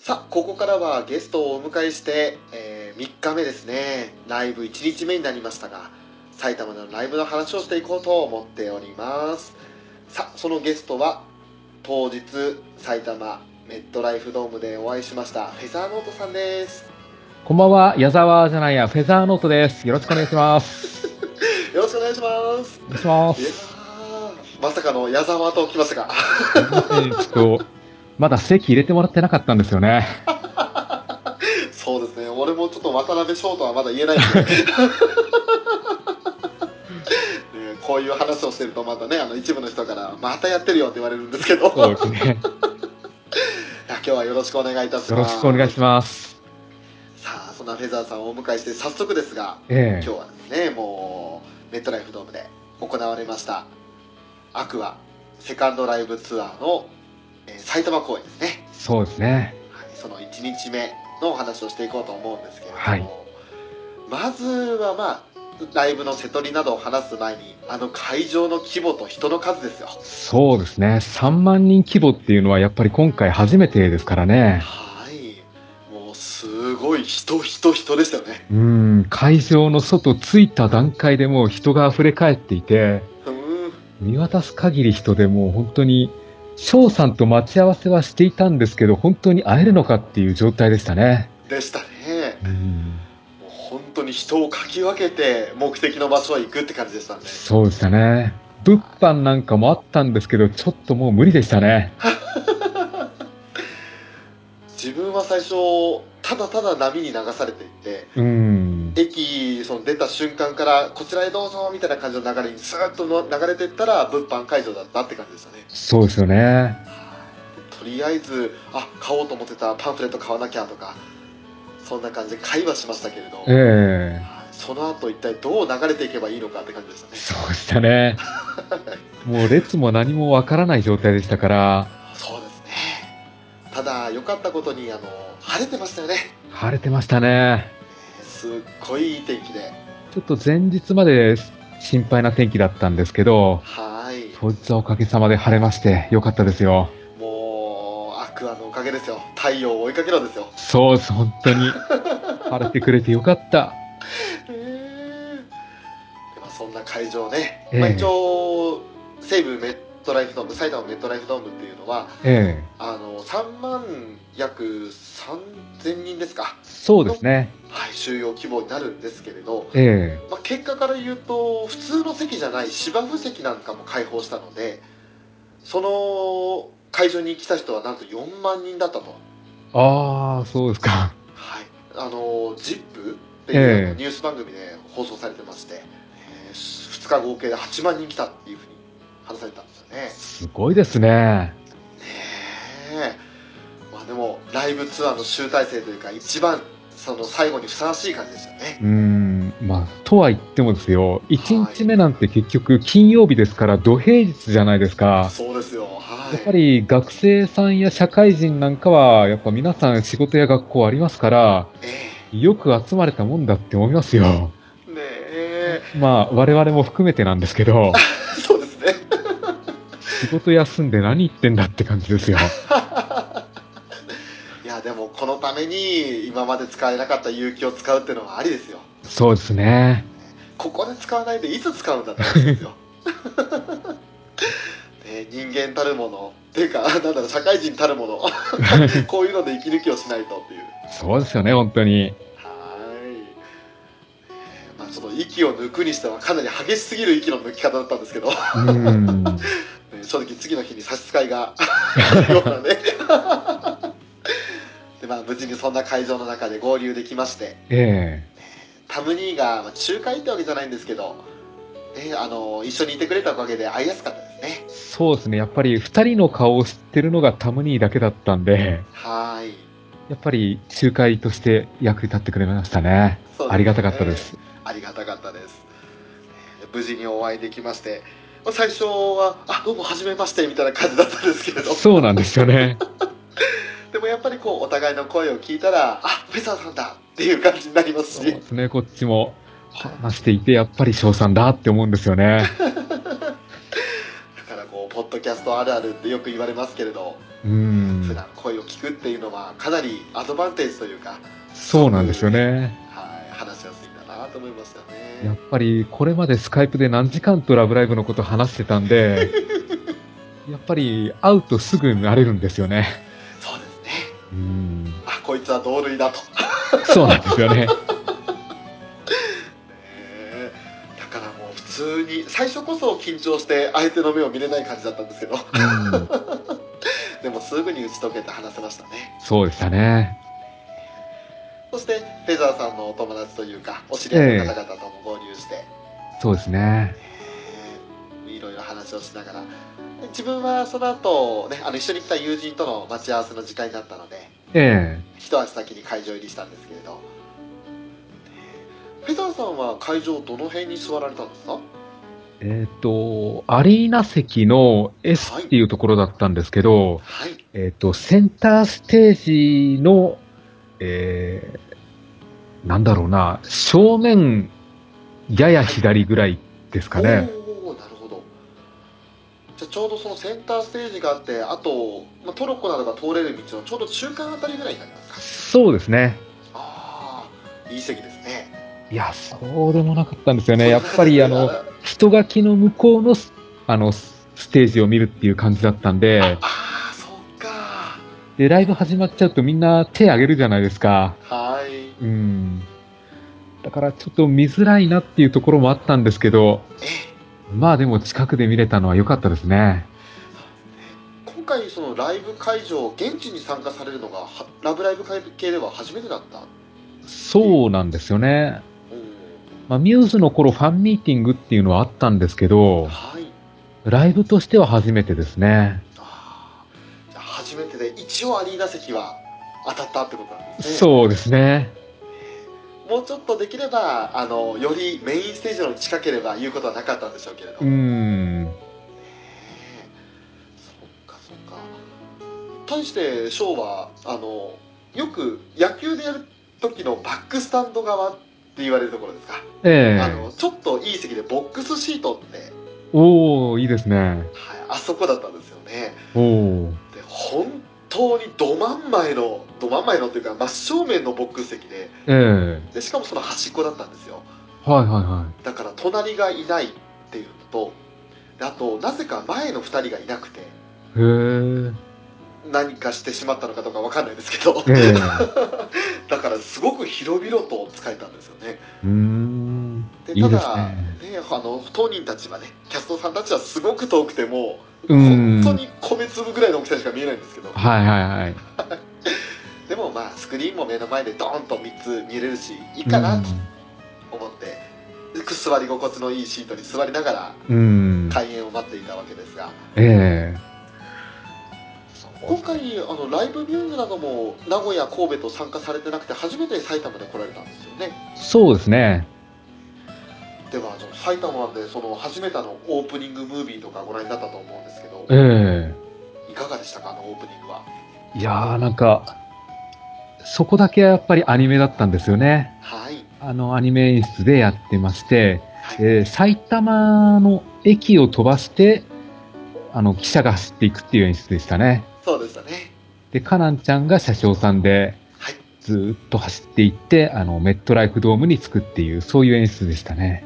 さあ、ここからはゲストをお迎えして、3日目ですね。ライブ1日目になりましたが、埼玉のライブの話をしていこうと思っております。さあ、そのゲストは、当日、埼玉メットライフドームでお会いしました、フェザーノートさんです。 こんばんは、矢沢じゃないや、フェザーノートです。よろしくお願いします。 よろしくお願いします。 お願いしまいやす。 ー、まさかの矢沢と来ましたか。 すみません、まだ席入れてもらってなかったんですよね。 そうですね、俺もちょっと渡辺翔とはまだ言えないんで、こういう話をしてるとまたね、一部の人からまたやってるよって言われるんですけど、 そうですね。 今日はよろしくお願いいたしよろしくお願いします。 ます。 さあ、そんなフェザーさんをお迎えして早速ですが、 ええ、 今日はですね、もうメットライフドームで行われましたアクアセカンドライブツアーの、埼玉公演ですね。 そうですね。 はい、その1日目のお話をしていこうと思うんですけれどはい。 も、まずはライブの瀬取りなどを話す前に、会場の規模と人の数ですよ。 そうですね。3万人規模っていうのはやっぱり今回初めてですからね。 はい。もうすごい人でしたよね。 会場の外着いた段階でもう人が溢れ返っていて、 うん。 見渡す限り人でもう本当に、翔さんと待ち合わせはしていたんですけど、本当に会えるのかっていう状態でしたね。 でしたね。 うん、 もう本当に人をかき分けて目的の場所へ行くって感じでしたね。 そうでしたね。物販なんかもあったんですけど、ちょっともう無理でしたね。 自分は最初ただただ波に流されていって、 うん。 駅その出た瞬間からこちらへどうぞみたいな感じの流れにスーッとの流れていったら物販会場だったって感じでしたね。 そうですよね。 とりあえず買おうと思ってたパンフレット買わなきゃとか、そんな感じで買いはしましたけれど、 ええ、 その後一体どう流れていけばいいのかって感じでしたね。 そうでしたね。もう列も何もわからない状態でしたから、 そうですね。ただ良かったことに晴れてましたよね。 晴れてましたね。 すっごいいい天気で。 ちょっと前日まで心配な天気だったんですけど、 はい。 当日はおかげさまで晴れましてよかったですよ。 もうアクアのおかげですよ。太陽を追いかけろですよ。 そうです、本当に。晴れてくれてよかった。 でそんな会場ね、一え応西武メットライフドーム、埼玉メットライフドームっていうのはえ、ええ、 3万約3000人ですかそうでの、 すね。 はい、収容規模になるんですけれど、 ええ、 結果から言うと普通の席じゃない芝生席なんかも開放したので、その会場に来た人はなんと4万人だったと。 ああ、そうですか。 はい、ZIP ってえいうえ、 ニュース番組で放送されてまして、2日合計で8万人来たっていうふうに話されたんですよね。 すごいですね。 ねえ、でもライブツアーの集大成というか一番その最後にふさわしい感じですよね。 とは言ってもですよ、1 はい。 日目なんて結局金曜日ですから土平日じゃないですか。 そうですよ。はやっぱい。 り学生さんや社会人なんかは、やっぱ皆さん仕事や学校ありますから、 えよく集まれたもんだって思いますよ。 ねえ。 我々も含めてなんですけど、 そうですね。 仕事休んで何言ってんだって感じですよ。 いやでもこのために今まで使えなかった勇気を使うっていうのはありですよ。 そうですね。 ここで使わないでいつ使うんだって話ですよ。人間たるものっていうかなんだろう、社会人たるものこういうので息抜きをしないとっていう。 そうですよね、本当に。 はい。ちょっと息を抜くにしてはかなり激しすぎる息の抜き方だったんですけどうーん。 正直次の日に差し支えがあるようなねで、無事にそんな会場の中で合流できまして、 ええ。 タム兄が仲介ってわけじゃないんですけど、一緒にいてくれたおかげで会いやすかったですね。 そうですね。やっぱり二人の顔を知ってるのがタムニーだけだったんで、 はい。 やっぱり仲介として役に立ってくれましたね。 そうですありがたかったでね。 す。 ありがたかったです。無事にお会いできまして、最初はどうも初めましてみたいな感じだったんですけれどそうなんですよね。 でもやっぱりこうお互いの声を聞いたらフェザーさんだっていう感じになりますし、 そうですね。こっちも話していて、やっぱり翔さんだって思うんですよね。 だからこうポッドキャストあるあるってよく言われますけれど、 うー 2 普段声を聞くっていうのはかなりアドバンテージというか、 そうなんですよね。 はい、話しやすいんだなと思いましたやっね。 ぱりこれまでスカイプで何時間とラブライブのこと話してたんで、やっぱり会うとすぐ慣れるんですよね。 そうですね。 あ、 こいつは同類だと。 そうなんですよね。 だからもう普通に最初こそ緊張して相手の目を見れない感じだったんですけど、でもすぐに打ち解けて話せましたね。 そうでしたね。 そしてフェザーさんのお友達というかお知り合いの方々とも合流して、 そうですね。 いろいろ話をしながら、自分はその後ね、一緒に来た友人との待ち合わせの時間になったので、一足先に会場入りしたんですけれど、フェザーさんは会場どの辺に座られたんですか？ アリーナ席の S っていうところだったんですけど、 はい、 センターステージの、なんだろうな、正面やや左ぐらいですかね。 おー、なるほど。じゃあちょうどそのセンターステージがあって、あと、トロッコなどが通れる道のちょうど中間あたりぐらいになりますか？ そうですね。 ああ、いい席ですね。 いや、そうでもなかったんですよね。 そうでやっぱりもなかったですね。 人垣の向こうのステージを見るっていう感じだったんで、 そっか。 で、ライブ始まっちゃうとみんな手挙げるじゃないですか。 はい。 だからちょっと見づらいなっていうところもあったんですけど、まあでも近くで見れたのは良かったですね。 今回そのライブ会場現地に参加されるのがラブライブ系では初めてだった。 そうなんですよね。ミューズの頃ファンミーティングっていうのはあったんですけど、 はい。 ライブとしては初めてですね。 じゃあ初めてで一応アリーナ席は当たったってことなんですね。 そうですね。 もうちょっとできればよりメインステージの近ければ言うことはなかったんでしょうけれど。そっかそっか。対してショーはよく野球でやる時のバックスタンド側って言われるところですか。ちょっといい席でボックスシートって、 いいですね。はい、 あそこだったんですよね。 で、 本当にど真ん前のっていうか真正面のボックス席で、でしかもその端っこだったんですよ。だから隣がいないっていうのと、あとなぜか前の2人がいなくて、何かしてしまったのかどうかわかんないですけど、だからすごく広々と使えたんですよね。でただ当人たちはね、キャストさんたちはすごく遠くてもう本当に米粒ぐらいの大きさしか見えないんですけど、でもスクリーンも目の前でドーンと3つ見れるしいいかなと思って、座り心地のいいシートに座りながら開演を待っていたわけですが、今回ライブビューイングなども名古屋神戸と参加されてなくて初めて埼玉で来られたんですよね。 そうですね。 では埼玉でその初めてのオープニングムービーとかご覧になったと思うんですけど、いかがでしたか、オープニングは。 いやー、なんかそこだけはやっぱりアニメだったんですよね。アニメ演出でやってまして、埼玉の駅を飛ばして汽車が走っていくっていう演出でしたね。 そうでしたね。 で、カナンちゃんが車掌さんで、ずーっと走っていって、メットライフドームに着くっていう、そういう演出でしたね。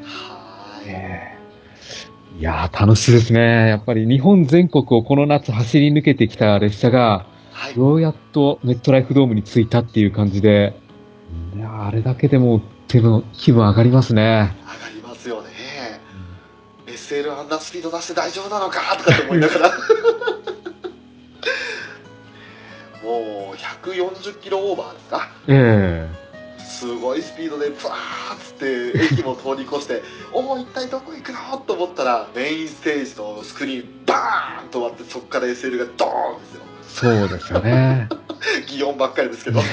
いやー、楽しいですね。やっぱり日本全国をこの夏走り抜けてきた列車が、ようやっとメットライフドームに着いたっていう感じで、いやあれだけでも気分上がりますね。 上がりますよね。SL あんなスピード出して大丈夫なのかとかって思いながらもう140キロオーバーですか。すごいスピードでブワーッつって駅も通り越しておお一体どこ行くのと思ったらメインステージのスクリーンバーンと割って、そこから SL がドーンですよ。 そうですよね。 擬音ばっかりですけど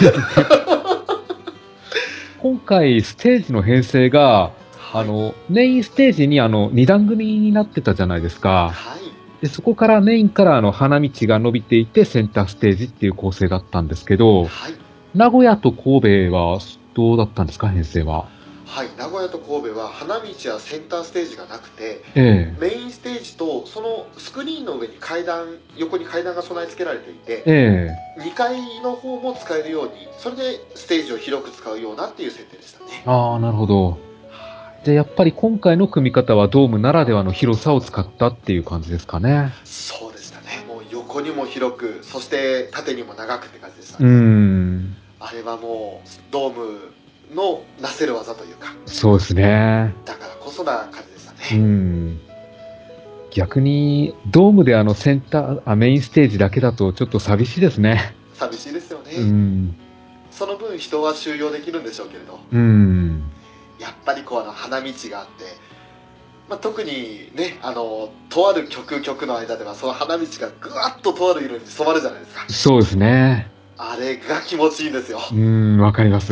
今回ステージの編成が、メインステージに2段組になってたじゃないですか。で、そこからメインから花道が伸びていてセンターステージっていう構成だったんですけど、名古屋と神戸はどうだったんですか、編成は。 はい、名古屋と神戸は花道やセンターステージがなくて、メインステージとそのスクリーンの上に横に階段が備え付けられていて、2階の方も使えるように、それでステージを広く使うようなっていう設定でしたね。 ああ、なるほど。で、やっぱり今回の組み方はドームならではの広さを使ったっていう感じですかね。 そうでしたね。もう横にも広く、そして縦にも長くって感じでしたね。あれはもうドームのなせる技というか。 そうですね。 だからこそな感じでしたね。 逆にドームでメインステージだけだとちょっと寂しいですね。 寂しいですよね。その分人は収容できるんでしょうけれど。やっぱりこう花道があって、特にね、とある曲の間ではその花道がぐわっととある色に染まるじゃないですか。 そうですね。 あれが気持ちいいんですよ。 わかります。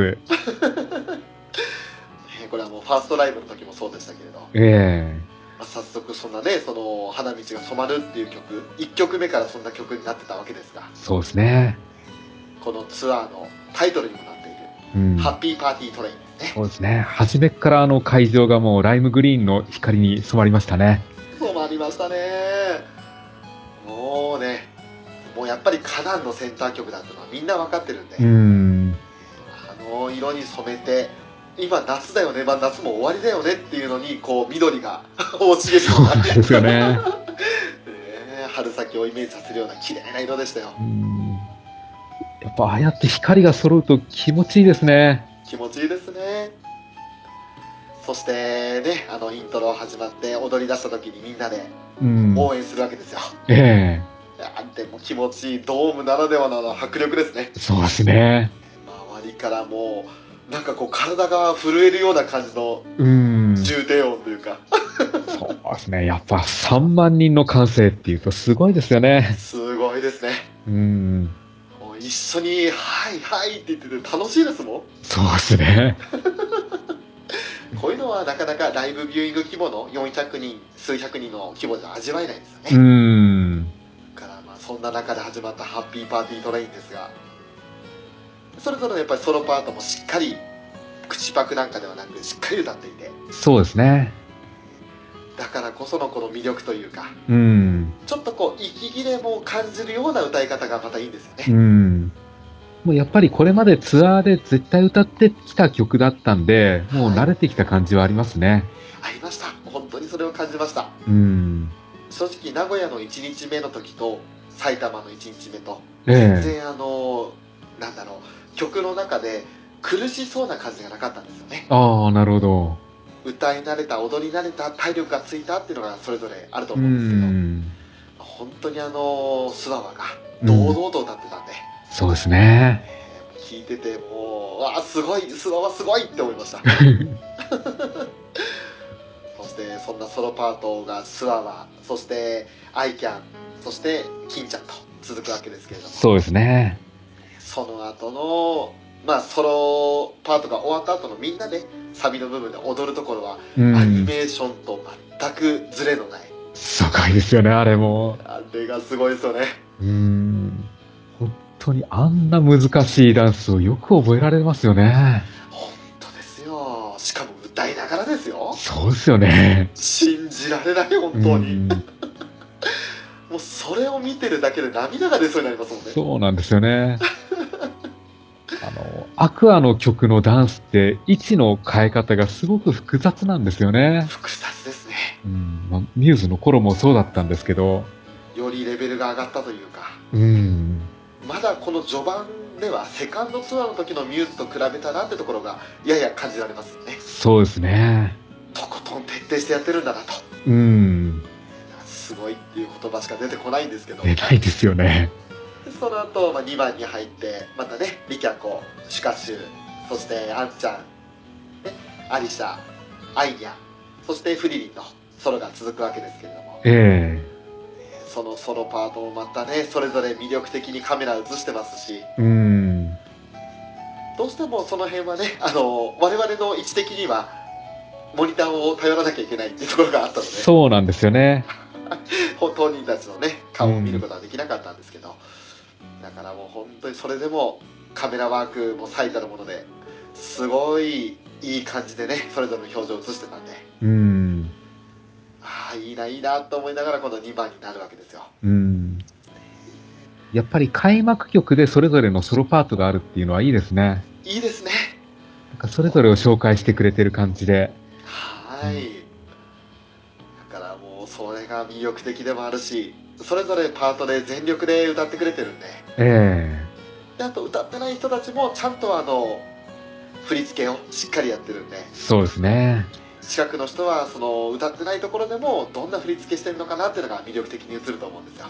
これはもうファーストライブの時もそうでしたけれど。早速そんなね、その花道が染まるっていう曲、1曲目からそんな曲になってたわけですが。 そうですね。 このツアーのタイトルにもなっている、ハッピーパーティートレインですね。 そうですね。初めから会場がもうライムグリーンの光に染まりましたね。 染まりましたね。もうね、もうやっぱり花壇のセンター曲だってのはみんな分かってるんで、色に染めて、今夏だよね、夏も終わりだよねっていうのにこう緑が大茂るようなですよね。 春先をイメージさせるような綺麗な色でしたよ。 やっぱああやって光が揃うと気持ちいいですね。 気持ちいいですね。そしてね、イントロ始まって踊り出した時にみんなで応援するわけですよ。でも気持ちいいドームならではの迫力ですね。 そうですね。 周りからもうなんかこう体が震えるような感じの重低音というかそうですね。やっぱ3万人の歓声っていうとすごいですよね。 すごいですね。もう一緒に「はいはい」って言ってて楽しいですもん。 そうですね。 こういうのはなかなかライブビューイング規模の400人数百人の規模じゃ味わえないですよね。だからそんな中で始まったハッピーパーティートレインですが、それぞれのやっぱりソロパートもしっかり口パクなんかではなくしっかり歌っていて、 そうですね。 だからこそのこの魅力というか、ちょっとこう息切れも感じるような歌い方がまたいいんですよね。 もうやっぱりこれまでツアーで絶対歌ってきた曲だったんで、もう慣れてきた感じはありますね。 ありました。本当にそれを感じました。正直名古屋の1日目の時と埼玉の1日目と全然なんだろう、曲の中で苦しそうな感じがなかったんですよね。 ああ、なるほど。 歌い慣れた、踊り慣れた、体力がついたっていうのがそれぞれあると思うんですけど、本当にスワワが堂々と歌ってたんで、 そうですね。 聞いててもうわあすごい、スワワすごいって思いましたそしてそんなソロパートがスワワ、そしてアイキャン、そして金ちゃんと続くわけですけれども、 そうですね。 その後のソロパートが終わった後のみんなでサビの部分で踊るところは、アニメーションと全くズレのない、 すごいですよね、あれも。 あれがすごいですよね。 本当にあんな難しいダンスをよく覚えられますよね。 本当ですよ。しかも歌いながらですよ。 そうですよね。 信じられない、本当に。もうそれを見てるだけで涙が出そうになりますもんね。 そうなんですよね。アクアの曲のダンスって位置の変え方がすごく複雑なんですよね。 複雑ですね。 ミューズの頃もそうだったんですけど、 よりレベルが上がったというか、まだこの序盤ではセカンドツアーの時のミューズと比べたらってところがやや感じられますよね。 そうですね。 とことん徹底してやってるんだなと。すごいっていう言葉しか出てこないんですけど。 出ないですよね。 その後、2番に入ってまたね、リキャコ、シュカシュ、そしてアンちゃん、ね、アリシャ、アイニャ、そしてフリリンのソロが続くわけですけれども、そのソロパートもまたね、それぞれ魅力的にカメラ映してますし、どうしてもその辺はね、我々の位置的にはモニターを頼らなきゃいけないっていうところがあったので、 そうなんですよね。 当人たちのね顔を見ることはできなかったんですけど、だからもう本当にそれでもカメラワークも最たるものですごいいい感じでね、それぞれの表情を映してたんで、ああいいないいなと思いながらこの2番になるわけですよ。 やっぱり開幕曲でそれぞれのソロパートがあるっていうのはいいですね。 いいですね。 なんかそれぞれを紹介してくれてる感じで。 はい。だからもうそれが魅力的でもあるし、それぞれパートで全力で歌ってくれてるんで。であと歌ってない人たちもちゃんと振り付けをしっかりやってるんで。 そうですね。 近くの人はその歌ってないところでもどんな振り付けしてるのかなっていうのが魅力的に映ると思うんですよ。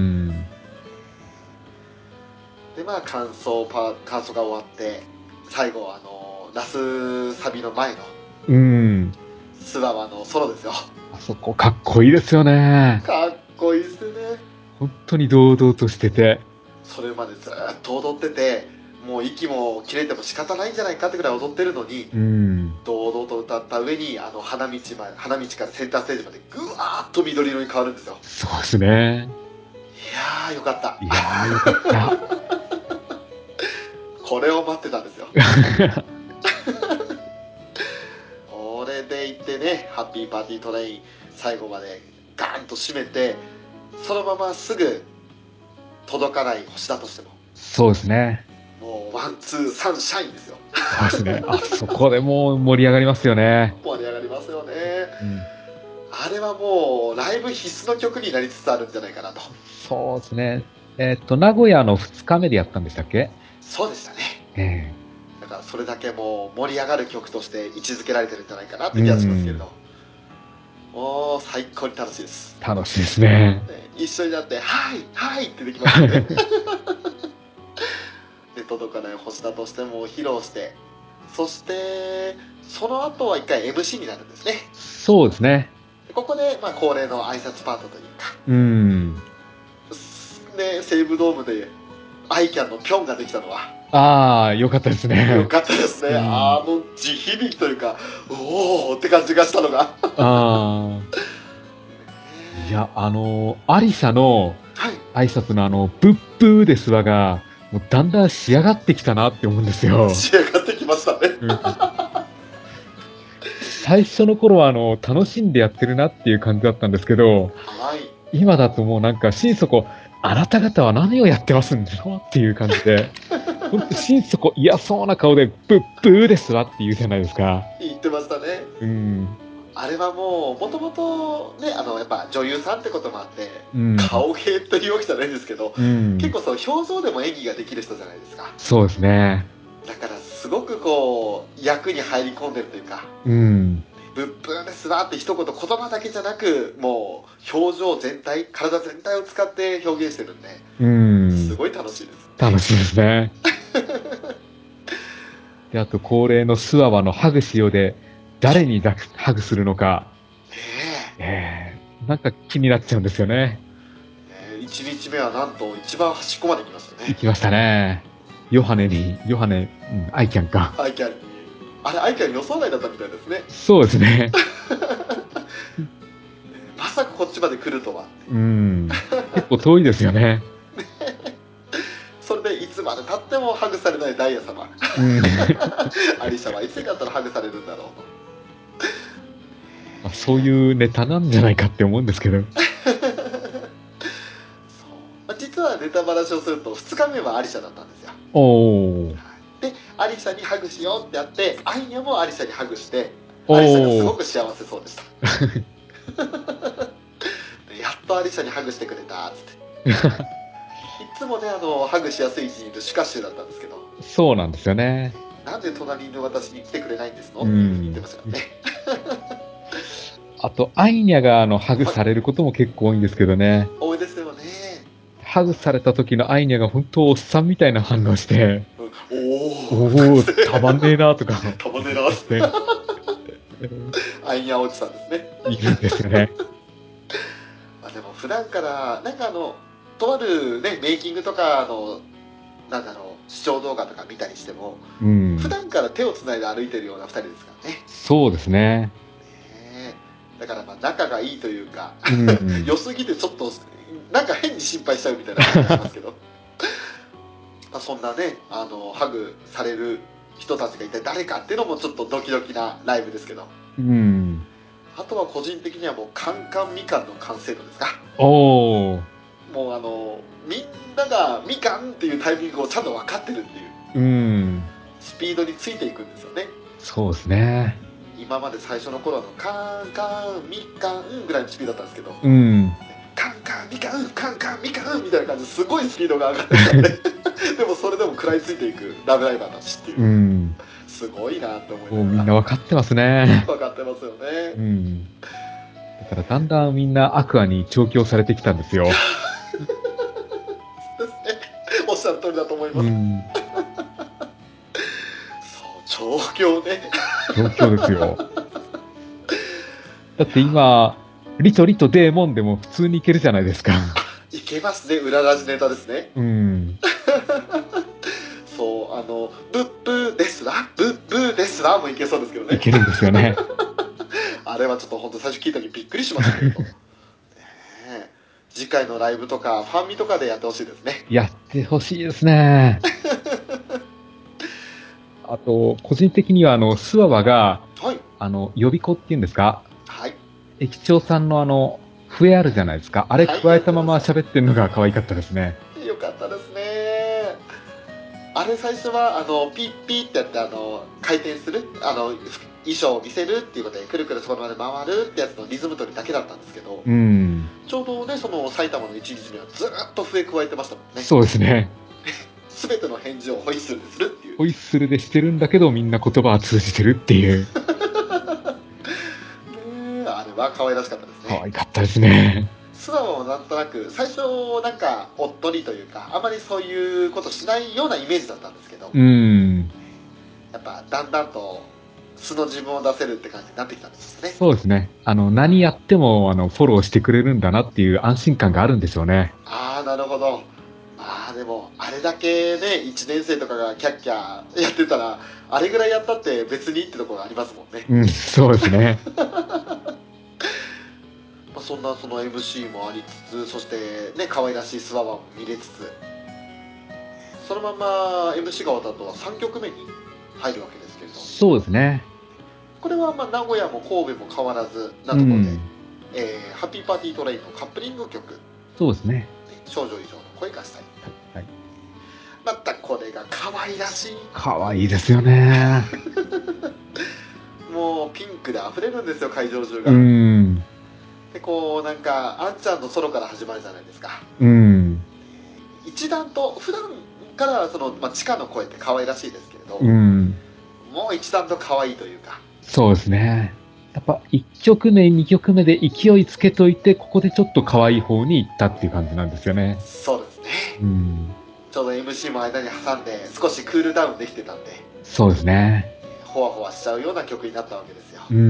でまあ感想が終わって最後ラスサビの前のスワワのソロですよ。 あそこかっこいいですよね。 かっこいいですね。 本当に堂々としてて、 それまでずっと踊ってて、もう息も切れても仕方ないんじゃないかってぐらい踊ってるのに、堂々と歌った上に花道からセンターステージまでぐわーっと緑色に変わるんですよ。 そうですね。 いやーよかった。 いやーよかった。 これを待ってたんですよ。これでいってね、ハッピーパーティートレイン最後までガーンと締めて、そのまますぐ届かない星だとしても、 そうですね。 もうワンツーサンシャインですよ。 そうですね。あそこでもう盛り上がりますよね。 盛り上がりますよね。あれはもうライブ必須の曲になりつつあるんじゃないかなと。 そうですね。名古屋の2日目でやったんでしたっけ？ そうでしたね。だからそれだけもう盛り上がる曲として位置づけられてるんじゃないかなって気がしますけれど、もう最高に楽しいです。 楽しいですね。 一緒になって「はいはい」ってできますよね。で届かない星だとしても披露して、そしてその後は一回 MC になるんですね。 そうですね。 ここでまあ恒例の挨拶パートというか、で西武ドームでアイキャンのピョンができたのは、ああ、よかったですね。 よかったですね。地響きというか、おおって感じがしたのが。 いや、アリサの挨拶のブッブーですわが、もうだんだん仕上がってきたなって思うんですよ。 仕上がってきましたね。 最初の頃は楽しんでやってるなっていう感じだったんですけど、今だともうなんか心底、あなた方は何をやってますんだろうっていう感じで、ほんと心底嫌そうな顔でブッブーですわって言うじゃないですか。 言ってましたね。あれはもともとね、やっぱ女優さんってこともあって、顔芸というわけじゃないんですけど、結構その表情でも演技ができる人じゃないですか。 そうですね。 だからすごくこう役に入り込んでるというか、ブッブーですわって一言言葉だけじゃなく、もう表情全体、体全体を使って表現してるんで、すごい楽しいです。 楽しいですね。で、あと恒例のスワワのハグしようで、誰にハグするのか。なんか気になっちゃうんですよね。 1日目はなんと一番端っこまで行きましたね。 行きましたね。ヨハネ、アイキャンか。 アイキャン。あれ、アイキャン予想外だったみたいですね。 そうですね。 まさかこっちまで来るとは。 結構遠いですよね。 それでいつまでたってもハグされないダイヤ様。アリシャはいつになったらハグされるんだろうと。そういうネタなんじゃないかって思うんですけど。 実はネタバラシをすると2日目はアリシャだったんですよ。でアリシャにハグしようってやって、アイニャもアリシャにハグして、アリシャがすごく幸せそうでした。やっとアリシャにハグしてくれたっつっていつもねハグしやすい位置にいるシュカシュだったんですけど、 そうなんですよね。 なんで隣にいる私に来てくれないんですのって言ってましたからね。 あとアイニャがハグされることも結構多いんですけどね。 多いですよね。 ハグされた時のアイニャが本当おっさんみたいな反応して、おおたまんねえなとか。 たまんねえなってアイニャおじさんですね。 いるんですよね。 でも普段からなんかとあるねメイキングとか視聴動画とか見たりしても、普段から手をつないで歩いてるような2人ですからね。そうですね。だからまあ仲がいいというか、良すぎてちょっとなんか変に心配しちゃうみたいな感じがしますけどそんなねハグされる人たちが一体誰かっていうのもちょっとドキドキなライブですけど、 うん。 あとは個人的にはもうカンカンみかんの完成度ですか。 おお。 もうみんながみかんっていうタイミングをちゃんと分かってるっていう、 うん。 スピードについていくんですよね。 そうですね。 今まで最初の頃のカンカンみかんぐらいのスピードだったんですけど、 うん。 カンカンみかんカンカンみかんみたいな感じですごいスピードが上がってきたんででもそれでも食らいついていくラブライバーたちっていう、 うん。 すごいなって思いもうみんながら。 な分かってますね。 分かってますよね。 うん。だからだんだんみんなアクアに調教されてきたんですよ。 おっしゃる通りだと思います。 うん。 そう、調教ね。 調教ですよ。だって今、リトリトデーモンでも普通にいけるじゃないですか。 いけますね、裏ラジネタですね。 うん。 そう、ブッブーですらブッブーですらもいけそうですけどね。 いけるんですよね。 あれはちょっと本当最初聞いた時びっくりしましたけど、ね、次回のライブとかファンミとかでやってほしいですね。 やってほしいですね。あと、個人的にはスワワが、 はい、 予備校っていうんですか、 はい、 駅長さんの笛あるじゃないですか。あれはい、 加えたまま喋ってるのが可愛かったですね。 よかったですね。あれ最初はピッピッってやって回転する衣装を見せるっていうことでくるくるそのまで回るってやつのリズム取りだけだったんですけど、 うん。 ちょうどねその埼玉の一日にはずっと笛加えてましたもんね。 そうですね。 全ての返事をホイッスルでするっていう。 ホイッスルでしてるんだけど、みんな言葉は通じてるっていう。 あれは可愛らしかったですね。 可愛かったですね。 素直なんとなく最初なんかおっとりというかあまりそういうことしないようなイメージだったんですけど、 うん。 やっぱだんだんと素の自分を出せるって感じになってきたんですね。 そうですね。何やっても、フォローしてくれるんだなっていう安心感があるんでしょうね。 ああなるほど。ああでもあれだけね1年生とかがキャッキャやってたらあれぐらいやったって別にってところありますもんね。 うん、そうですね。 まあ、そんなその MC もありつつ、そしてね可愛らしいスワワも見れつつ、そのまま MC が終わった後は3曲目に入るわけですけれど、 そうですね。 これはまあ名古屋も神戸も変わらずなうところで、 ん。 ハッピーパーティートレインのカップリング曲そうですね。 少女以上の恋がしたい。 はい。 またこれが可愛らしい。 可愛いですよね。 もうピンクで溢れるんですよ会場中うが。 ん。 でこうなんかあんちゃんのソロから始まるじゃないですか。 うん。 一段と普段からその、まあ、地下の声って可愛らしいですけれど、 うん。 もう一段と可愛いというか。 そうですね。やっぱ1曲目、2曲目で勢いつけといて、ここでちょっと可愛い方に行ったっていう感じなんですよね。 そうですね。 うん。 ちょうど MC も間に挟んで少しクールダウンできてたんで、 そうですね。 ほわほわしちゃうような曲になったわけですよ。 うん。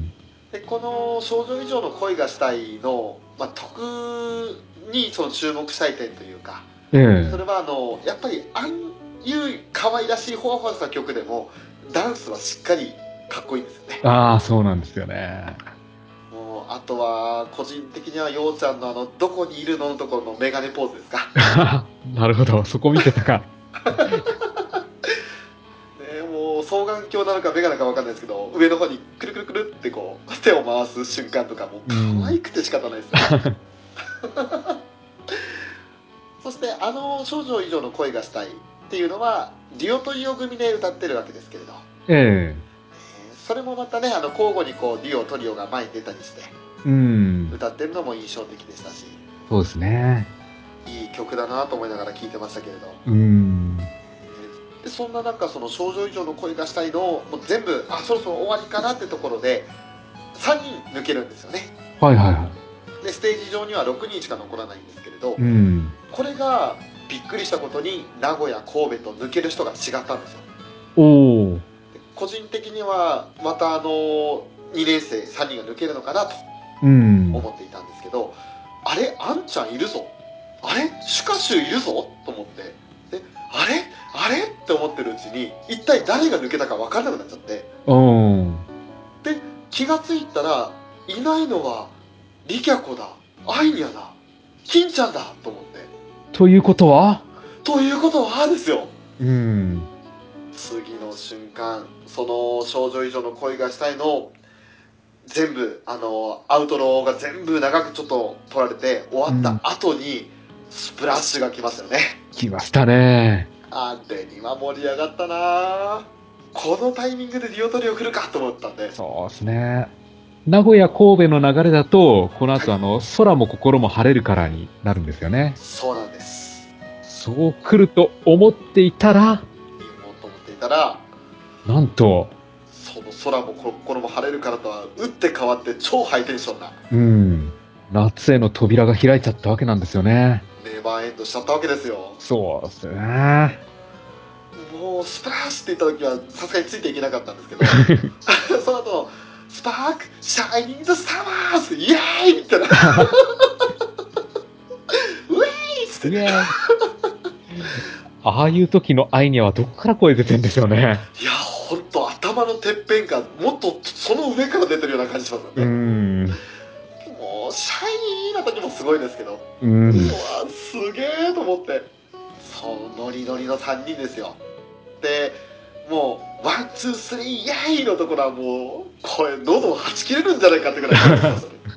でこの「少女以上の恋がしたいの」まあ、特にその注目したい点というか、 ええ。 それはやっぱりああいう可愛らしいほわほわした曲でもダンスはしっかりかっこいいんですよね。 ああ、そうなんですよね。 もうあとは個人的にはようちゃんのどこにいるの?」のところのメガネポーズですか。 なるほど。そこ見てたか。 ね、もう双眼鏡なのかメガネか分かんないですけど上の方にくるくるくるってこう手を回す瞬間とかもう可愛くて仕方ないですよね。そして少女以上の恋がしたいっていうのはデュオトリオ組で歌ってるわけですけれど、 ええ。 それもまたね交互にこうデュオトリオが前に出たりしてうん。 歌ってるのも印象的でしたし、 そうですね。 いい曲だなと思いながら聴いてましたけれど、 うん。 でそんな中その少女以上の恋がしたいのをもう全部そろそろ終わりかなってところで3人抜けるんですよね。 はいはいはでステージ上には6人しか残らないんですけれど、 い。うん。 これがびっくりしたことに名古屋神戸と抜ける人が違ったんですよ。 おお。 個人的にはまた2年生3人が抜けるのかなとうん。 思っていたんですけど、あれあんちゃんいるぞ、あれシュカシュいるぞと思って、であれあれって思ってるうちに一体誰が抜けたか分からなくなっちゃって、 おお。 で気が付いたらいないのはリキャコだ、アイニャだ、金ちゃんだと思って、 ということはということはですよ、 うん。 次の瞬間、その少女以上の恋がしたいの全部アウトロが全部長くちょっと取られて終わった後にスプラッシュが来ましたよね。 来ましたね。 あれには盛り上がったな。このタイミングでディオトリオ来るかと思ったんで。 そうですね。名古屋神戸の流れだとこの後、はい、空も心も晴れるからになるんですよね。 そうなんです。 そう来ると思っていたらなんとその空も心も晴れるからとは打って変わって超ハイテンションな、 夏への扉が開いちゃったわけなんですよね。 ネバーエンドしちゃったわけですよ。 そうですね。 もうスプラッシュって言った時はさすがについていけなかったんですけどその後スパークシャイニングザスターマーズイエーイみたいなウェイってああいう時のアイニャはどこから声出てるんでしょうね。 いや本当頭のてっぺんがもっとその上から出てるような感じしますよね。もうシャイニーな時もすごいですけど、うわすげえと思って、そうノリノリの3人ですよ。でもうワンツースリーイエーイのところはもう声喉をはち切れるんじゃないかってぐらい声してましたね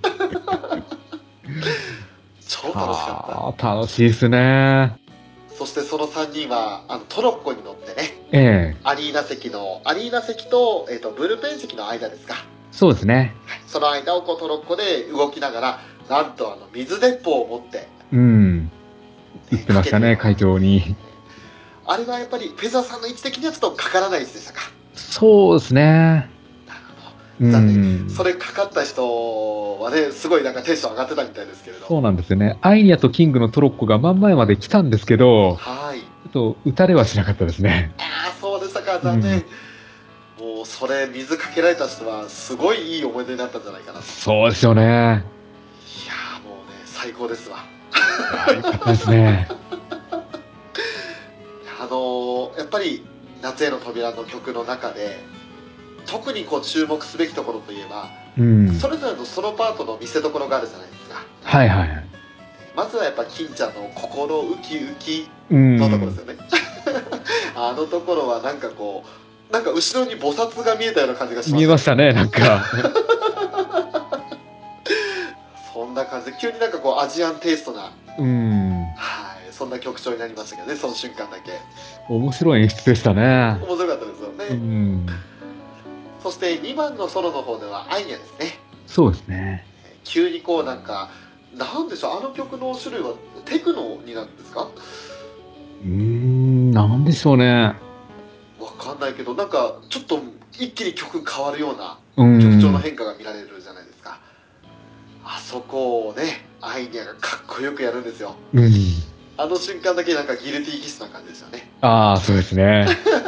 超楽しかった。 楽しいですね。 そしてその3人はトロッコに乗ってね、アリーナ席と、ブルペン席の間ですか。 そうですね。 その間をトロッコで動きながら、なんと水鉄砲を持って行ってましたね、会場に。 あれはやっぱりフェザーさんの位置的にはちょっとかからない位置でしたか。 そうですね。 残念。それかかった人はね、すごいなんかテンション上がってたみたいですけれど。 そうなんですよね。アイニャとキングのトロッコが真ん前まで来たんですけど、はい。ちょっと撃たれはしなかったですね。 ああ、そうでしたか、残念。もうそれ水かけられた人はすごいいい思い出になったんじゃないかなと。 そうですよね。いやもうね最高ですわ。 よかったですね。 やっぱり夏への扉の曲の中で特に注目すべきところといえば、それぞれのソロパートの見せどころがあるじゃないですか。 はいはい。 まずはやっぱ金ちゃんの心ウキウキのところですよね。あのところはなんかなんか後ろに菩薩が見えたような感じがしました、ね、 見えましたね、なんか。 そんな感じで急になんかアジアンテイストな、はい、そんな曲調になりましたけどね、その瞬間だけ。 面白い演出でしたね。 面白かったですよね。そして2番のソロの方ではアイニャですね。 そうですね。 急になんかなんでしょう、あの曲の種類はテクノになるんですか。 なんでしょうね。 わかんないけどなんかちょっと一気に曲変わるような曲調の変化が見られるじゃないですか。あそこをねアイニャがかっこよくやるんですよ。あの瞬間だけなんかギルティーキスな感じですよね。ああ、そうですね。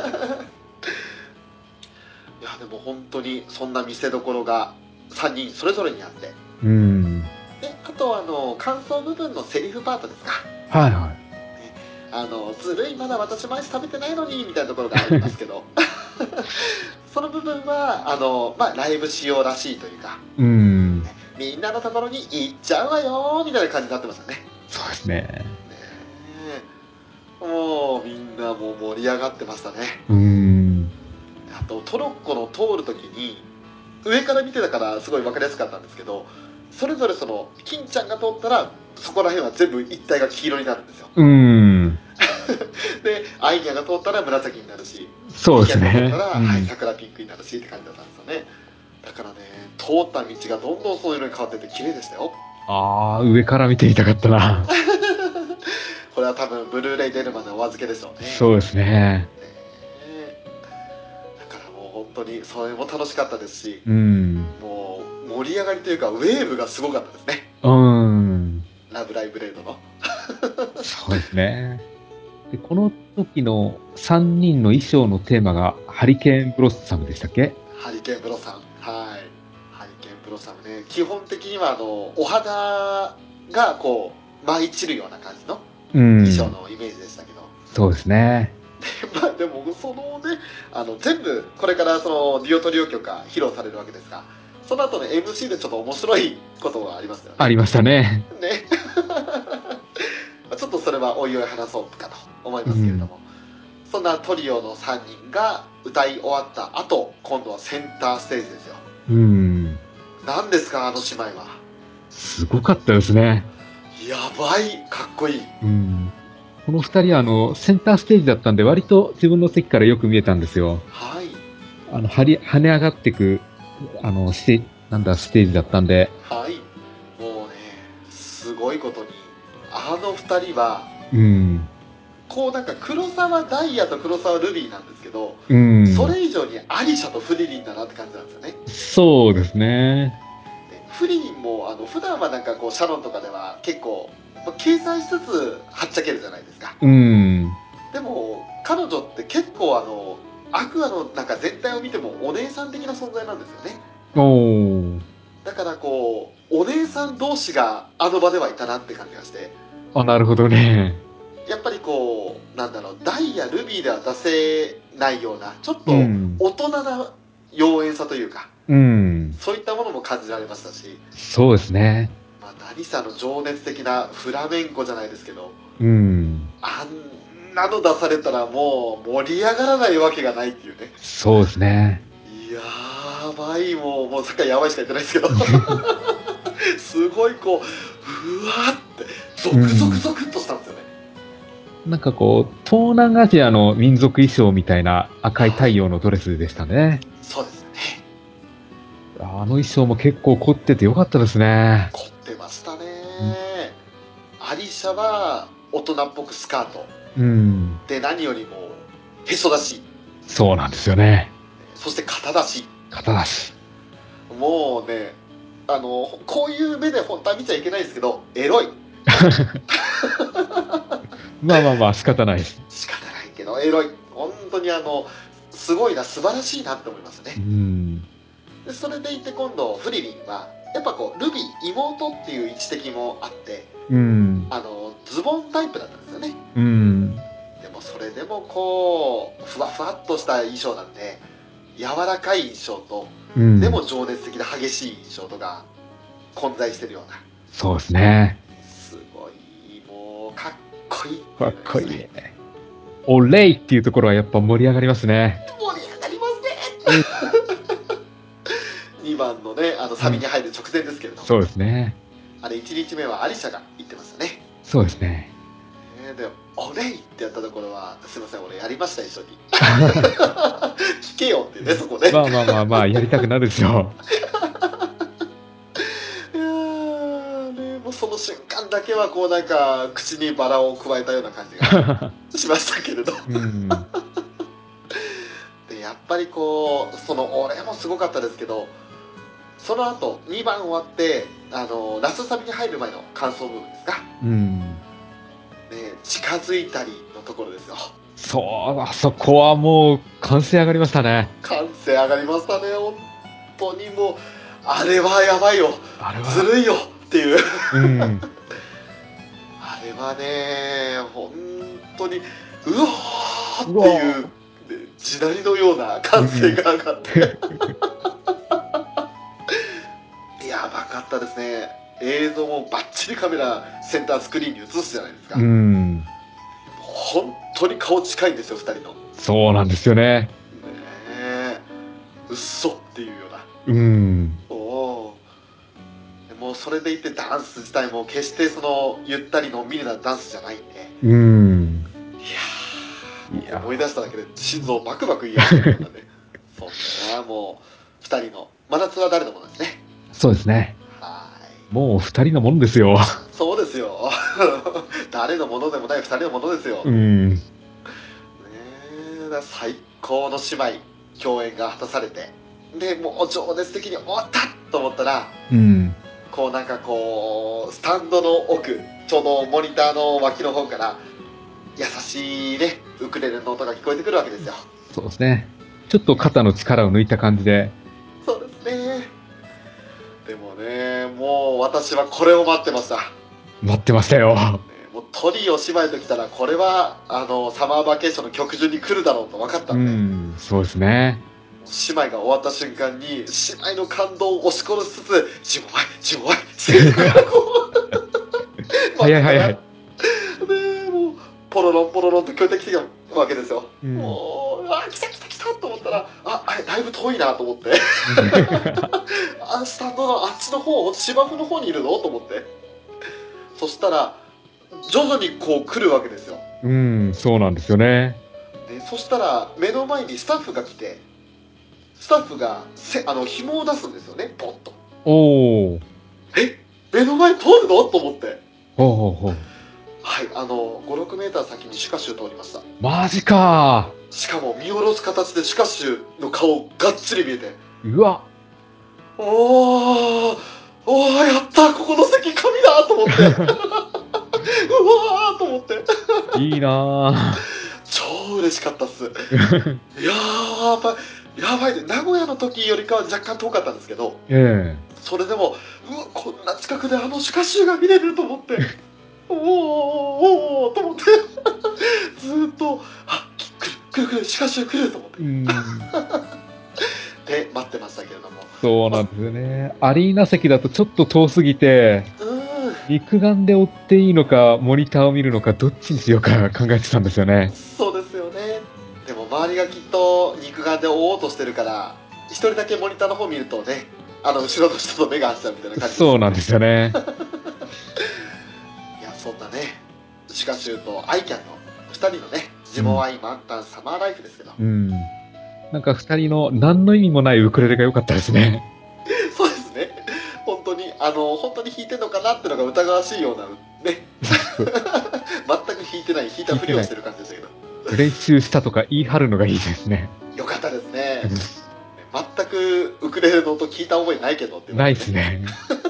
いやでも本当にそんな見せどころが3人それぞれにあって、であとは感想部分のセリフパートですか。はいはい。ずるい、まだ私もアイス食べてないのにみたいなところがありますけどその部分はライブ仕様らしいというか、みんなのところに行っちゃうわよみたいな感じになってましたね。そうですね。もうみんなもう盛り上がってましたね。あとトロッコの通るときに上から見てたからすごい分かりやすかったんですけど、それぞれ金ちゃんが通ったらそこら辺は全部一体が黄色になるんですよ。でアイニャが通ったら紫になるし、そうですね。ミキャが通ったら、はい、桜ピンクになるしって感じだったんですよね。だからね、通った道がどんどんそういうのに変わってて綺麗でしたよ。ああ、上から見てみたかったな。これは多分ブルーレイ出るまでお預けでしょうね。そうですね。だからもう本当にそれも楽しかったですし、もう盛り上がりというかウェーブがすごかったですね。ラブライブレードの。そうですね。でこの時の3人の衣装のテーマがハリケーンブロッサムでしたっけ。ハリケーンブロッサム、はい。ハリケーンブロッサムね、基本的にはお肌が舞い散るような感じの衣装のイメージでしたけど、そうですね。でもそのね全部これからディオトリオ曲が披露されるわけですが、その後ね MC でちょっと面白いことがありましたよね。ありましたね。ねちょっとそれはおいおい話そうかと思いますけれども、 そんなトリオの3人が歌い終わった後、今度はセンターステージですよ。何ですか、あの姉妹は。 すごかったですね。 やばい、かっこいい。 この二人はセンターステージだったんで、割と自分の席からよく見えたんですよ。 はい。 跳ね上がってく、ステージだったんで。 はい。もうね、すごいことに、あの二人は、こうなんか黒沢ダイヤと黒沢ルビーなんですけど、それ以上にアリシャとフリリンだなって感じなんですよね。 そうですね。 フリリンも普段はなんかこうシャロンとかでは結構計算しつつはっちゃけるじゃないですか。でも彼女って結構アクアのなんか全体を見てもお姉さん的な存在なんですよね。だからこうお姉さん同士があの場ではいたなって感じがして。 なるほどね。 やっぱりこうなんだろう、ダイヤルビーでは出せないようなちょっと大人な妖艶さというか、そういったものも感じられましたし。 そうですね。 何さの情熱的なフラメンコじゃないですけど、あんなの出されたらもう盛り上がらないわけがないっていうね。 そうですね。 やばい、もうさっきからやばいしか言ってないですけどすごいこううわーってゾクゾクゾクっとしたんですよね。 なんかこう東南アジアの民族衣装みたいな赤い太陽のドレスでしたね。 そうですね。 あの衣装も結構凝っててよかったですね。 凝ってましたね。アリシャは大人っぽくスカート、で何よりもへそ出し。 そうなんですよね。 そして肩出し。もうね、こういう目で本当は見ちゃいけないですけど、エロいまあ仕方ないです。 仕方ないけどエロい。本当にすごいな、素晴らしいなって思いますね。でそれでいて今度フリリンはやっぱこうルビー妹っていう位置的もあって、ズボンタイプだったんですよね。でもそれでもこうふわふわっとした衣装なんで、柔らかい印象と、でも情熱的で激しい印象とが混在してるような。 そうですね。 すごい、もうかっこいい、 かっこいい。オレイっていうところはやっぱ盛り上がりますね。 盛り上がりますね2番のね、サビに入る直前ですけれども、 そうですね。 あれ1日目はアリシャが言ってましたね。 そうですね。 で「オレイ」ってやったところはすいません、俺やりました、一緒に聞けよってね、そこね。 まあやりたくなるですよいやね、もうその瞬間だけはこうなんか口にバラを加えたような感じがしましたけれどでやっぱりこうその俺もすごかったですけど、その後2番終わってラストサビに入る前の感想部分ですか、近づいたりのところですよ。 そう、あそこはもう歓声上がりましたね。 歓声上がりましたね。本当にもうあれはやばいよ、ずるいよっていうあれはね、本当にうわーっていう地鳴りのような歓声が上がってやばかったですね。映像もバッチリカメラセンタースクリーンに映すじゃないですか。本当に顔近いんですよ、2人の。 そうなんですよね。 うっそっていうような。もうそれでいてダンス自体も決してそのゆったりのんびりなダンスじゃないんで、いや思い出しただけで心臓バクバク言いやすいようなねそんなもう2人の真夏は誰のものですね。 そうですね。もう2人のものですよ。 そうですよ誰のものでもない2人のものですよ。最高の姉妹共演が果たされて、でもう情熱的に終わったと思ったら、こうなんかこうスタンドの奥、ちょうどモニターの脇の方から優しいねウクレレの音が聞こえてくるわけですよ。 そうですね。ちょっと肩の力を抜いた感じで。 そうですね。でもね、もう私はこれを待ってました。 待ってましたよ。 もうトリオ姉妹ときたらこれはサマーバケーションの曲順に来るだろうと分かったんで、 そうですね。 姉妹が終わった瞬間に姉妹の感動を押し殺しつつ「ジモワイジモワイ」 早い早い。 でもうポロロンポロロンと聞こえてきてわけですよ。もう来た来た来たと思ったらだいぶ遠いなと思ってスタンドのあっちの方芝生の方にいるのと思って、そしたら徐々にこう来るわけですよ。 そうなんですよね。 でそしたら目の前にスタッフが来て、スタッフが紐を出すんですよね、ポッと。 おお。 目の前通るのと思って。はい、5、6メーター先にシュカシュ通りました。 マジか。 しかも見下ろす形でシュカシュの顔がっちり見えて、 うわ、 おーやった、ここの席神だと思ってうわーと思っていいな超嬉しかったっすやばいで、名古屋の時よりかは若干遠かったんですけど、それでもこんな近くでシュカシュが見れると思っておーと思ってずっと来るシュカシュ来ると思ってで待ってましたけれども。 そうなんですよね。アリーナ席だとちょっと遠すぎて、肉眼で追っていいのか、モニターを見るのか、どっちにしようか考えてたんですよね。 そうですよね。でも周りがきっと肉眼で追おうとしてるから、一人だけモニターの方見るとね、後ろの人と目が合っちゃうみたいな感じです、 そうなんですよね。 いや、そんなね、シュカシュとアイキャンの2人のね、ジモアイ満タンサマーライフですけど、 なんか2人の何の意味もないウクレレが良かったですね。 そうですね。本当に本当に弾いてんのかなってのが疑わしいようなね全く弾いてない、弾いたふりをしてる感じでしたけど、 練習したとか言い張るのがいいですね。 よかったですね。全くウクレレの音聞いた覚えないけどっていう、 ないですね。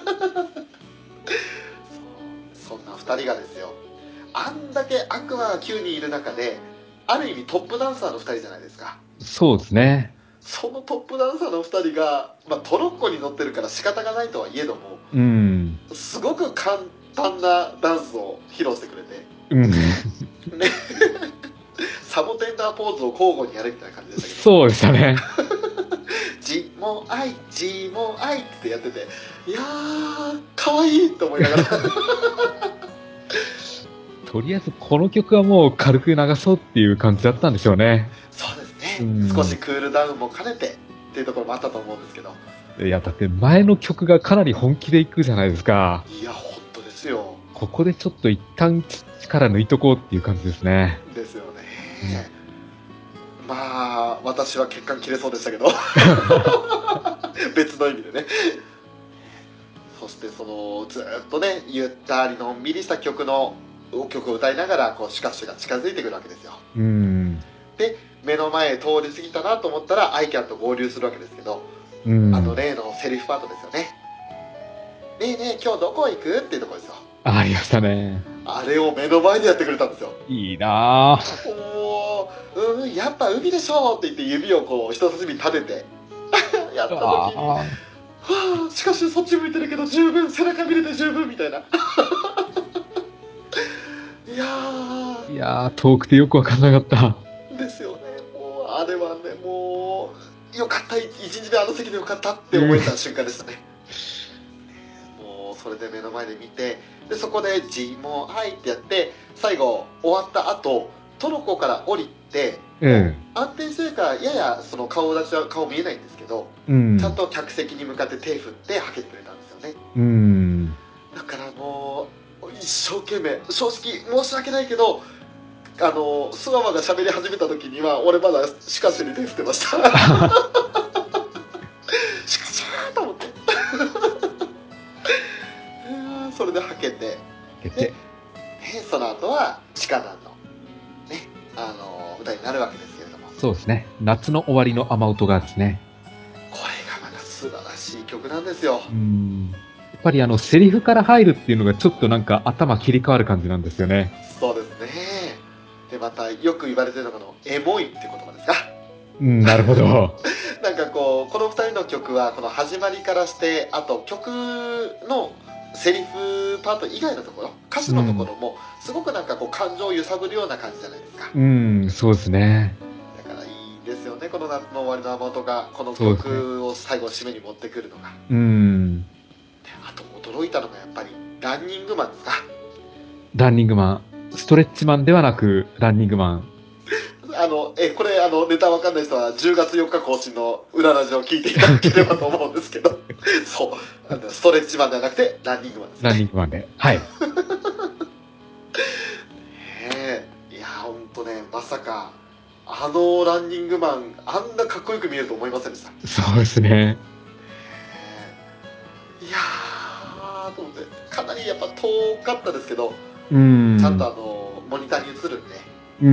そんな2人がですよ、あんだけ悪魔が9人いる中で、ある意味トップダンサーの2人じゃないですか。 そうですね。 そのトップダンサーの2人が、トロッコに乗ってるから仕方がないとはいえども、すごく簡単なダンスを披露してくれて、ね、サボテンダーポーズを交互にやるみたいな感じでしたけど、 そうでしたね。 ジモアイジモアイってやってて、いやーかわいいと思いながらとりあえずこの曲はもう軽く流そうっていう感じだったんでしょうね。 そうですね、少しクールダウンも兼ねてっていうところもあったと思うんですけど。 いや、だって前の曲がかなり本気でいくじゃないですか。 いや、本当ですよ。 ここでちょっと一旦力抜いとこうっていう感じですね。 ですよね。まあ、私は血管切れそうでしたけど別の意味でね。そしてずっとね、ゆったりのんびりした曲を歌いながらシュカシュが近づいてくるわけですよ。で、目の前通り過ぎたなと思ったらアイキャンと合流するわけですけど、例のセリフパートですよね。ねえねえ今日どこ行くっていうところですよ。 ありましたね。 あれを目の前でやってくれたんですよ。 いいなぁ。やっぱ海でしょって言って指を人差し指立ててやった時に、はあ、しかしそっち向いてるけど十分背中見れて十分みたいな。いやー遠くてよく分かんなかったですよね。もうあれはね、もうよかった、一日であの席でよかったって思えた瞬間でしたね。もうそれで目の前で見て、でそこで「ジモアイ」ってやって最後終わった後、トロッコから降りて、安定してるからややその顔立ちは顔見えないんですけど、ちゃんと客席に向かって手振ってはけてくれたんですよね。だからもう一生懸命、正直申し訳ないけど、スワマが喋り始めた時には俺まだシカシュに手振ってましたシカシューと思ってそれではけて、でその後はシカダンのね、歌になるわけですけれども。 そうですね。夏の終わりの雨音がですね。 これがまた素晴らしい曲なんですよ。 やっぱりセリフから入るっていうのがちょっとなんか頭切り替わる感じなんですよね。 そうですね。でまたよく言われてるのがエモいって言葉ですか。 なるほど。 なんかこの2人の曲はこの始まりからして、あと曲のセリフパート以外のところ、歌詞のところもすごくなんか感情を揺さぶるような感じじゃないですか。 そうですね。 だからいいんですよね、この夏の終わりの雨音がこの曲を最後締めに持ってくるのが。あと驚いたのがやっぱりランニングマンですか。 ランニングマン。ストレッチマンではなくランニングマン。 これ、ネタわかんない人は10月4日更新の裏ラジオを聞いていただければと思うんですけど、そう、ストレッチマンではなくて、ランニングマンですね。 ランニングマンで。はい。 いや、ほんとね、まさか、ランニングマン、あんなかっこよく見えると思いませんでした。 そうですね。 いやー、と思って、かなりやっぱ遠かったですけど、 ちゃんとモニターに映るんで。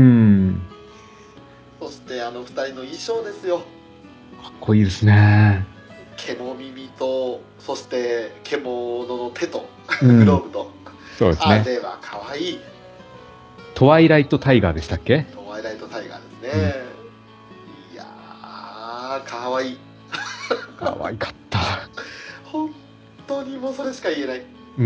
そして2人の衣装ですよ。 かっこいいですね。 獣耳と、そして獣の手と、グローブと。 そうですね。 あれはかわいい。 トワイライトタイガーでしたっけ？ トワイライトタイガーですね。いやー、かわいい。 かわいかった。 本当にもうそれしか言えない。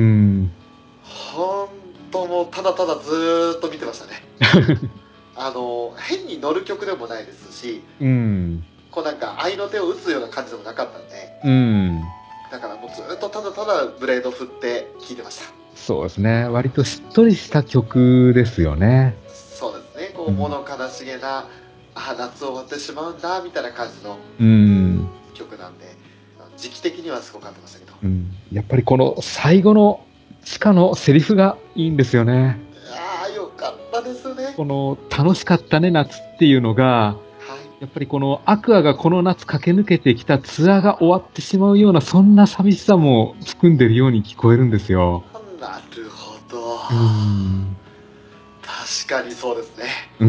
本当もうただただずーっと見てましたね。変に乗る曲でもないですし、こうなんか愛の手を打つような感じでもなかったんで、だからもうずっとただただブレード振って聴いてました。 そうですね。割としっとりした曲ですよね。 そうですね。こう物悲しげな、夏終わってしまうんだみたいな感じの曲なんで、時期的にはすごく合ってましたけど、 やっぱりこの最後の地下のセリフがいいんですよね。 よかったですね。 この楽しかったね夏っていうのが、やっぱりこのアクアがこの夏駆け抜けてきたツアーが終わってしまうような、そんな寂しさも含んでるように聞こえるんですよ。 なるほど。確かにそうですね。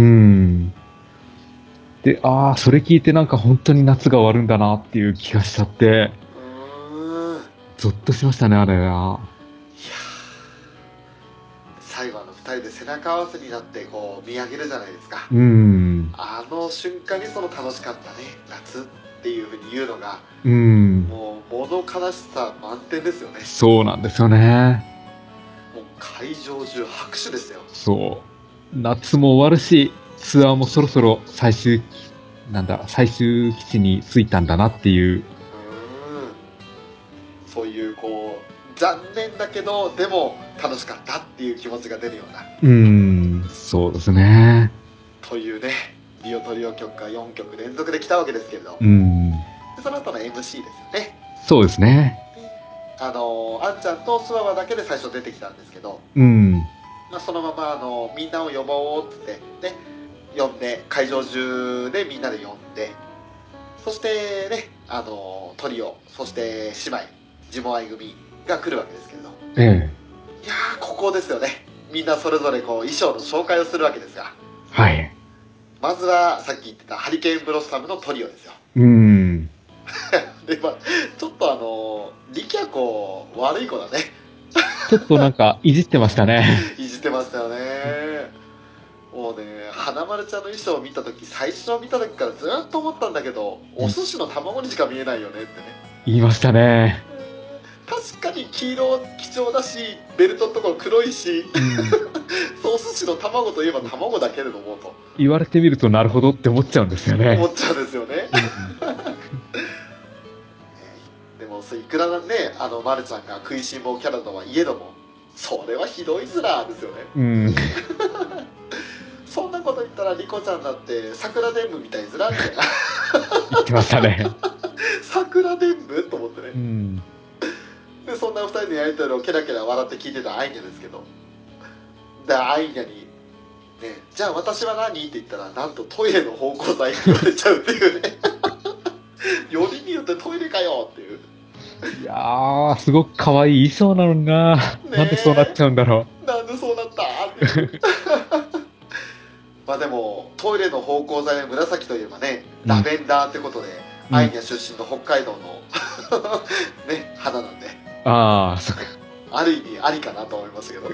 で、それ聞いてなんか本当に夏が終わるんだなっていう気がしちゃって、ゾッとしましたね、あれは。 いや最後2人で背中合わせになってこう見上げるじゃないですか。あの瞬間にその楽しかったね夏っていうふうに言うのが、もう物悲しさ満点ですよね。 そうなんですよね。 もう会場中拍手ですよ。 そう。夏も終わるし、ツアーもそろそろ最終基地に着いたんだなっていう。 そういうこう残念だけどでも楽しかったっていう気持ちが出るような。そうですね。 というね、リオトリオ曲が4曲連続で来たわけですけれど、その後の MC ですよね。 そうですね。 あんちゃんとスワワだけで最初出てきたんですけど、そのままみんなを呼ぼうって言って呼んで、会場中でみんなで呼んで、そしてね、トリオ、そして姉妹、ジモ愛組が来るわけですけれど、いやー、ここですよね。みんなそれぞれこう衣装の紹介をするわけですが、まずはさっき言ってたハリケーンブロッサムのトリオですよ。で、ちょっとリキャコ悪い子だね。 ちょっとなんかいじってましたね。 いじってましたよね。もうね、花丸ちゃんの衣装を見た時、最初見た時からずっと思ったんだけど、お寿司の卵にしか見えないよねってね。 言いましたね。 確かに黄色貴重だし、ベルトのところ黒いし、お寿司の卵といえば卵だけれどもと言われてみるとなるほどって思っちゃうんですよね。 思っちゃうんですよね。でもいくらね、まるちゃんが食いしん坊キャラとはいえども、それはひどいずらですよね。そんなこと言ったらリコちゃんだって桜伝武みたいずらみたいな言ってましたね。 桜伝武と思ってね、でそんな2人のやり取りをケラケラ笑って聞いてたアイニャですけど、でアイニャにね、じゃあ私は何って言ったら、なんとトイレの芳香剤って言われちゃうっていうねよりによってトイレかよっていう。 いやー、すごく可愛い衣装なのにな、なんでそうなっちゃうんだろう。なんでそうなったっていうまあでもトイレの芳香剤紫といえばね、ラベンダーってことで、アイニャ出身の北海道のね、花なんで、 そっか、 ある意味ありかなと思いますけど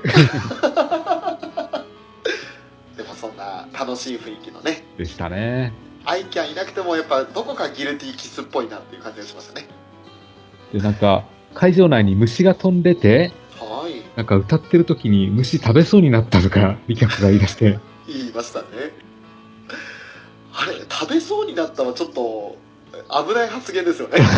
でもそんな楽しい雰囲気のねでしたね。 アイキャンいなくてもやっぱどこかギルティーキスっぽいなっていう感じがしましたね。 で、なんか、会場内に虫が飛んでて、なんか歌ってる時に虫食べそうになったとか、リキャップが言い出して。 言いましたね。あれ、食べそうになったはちょっと危ない発言ですよね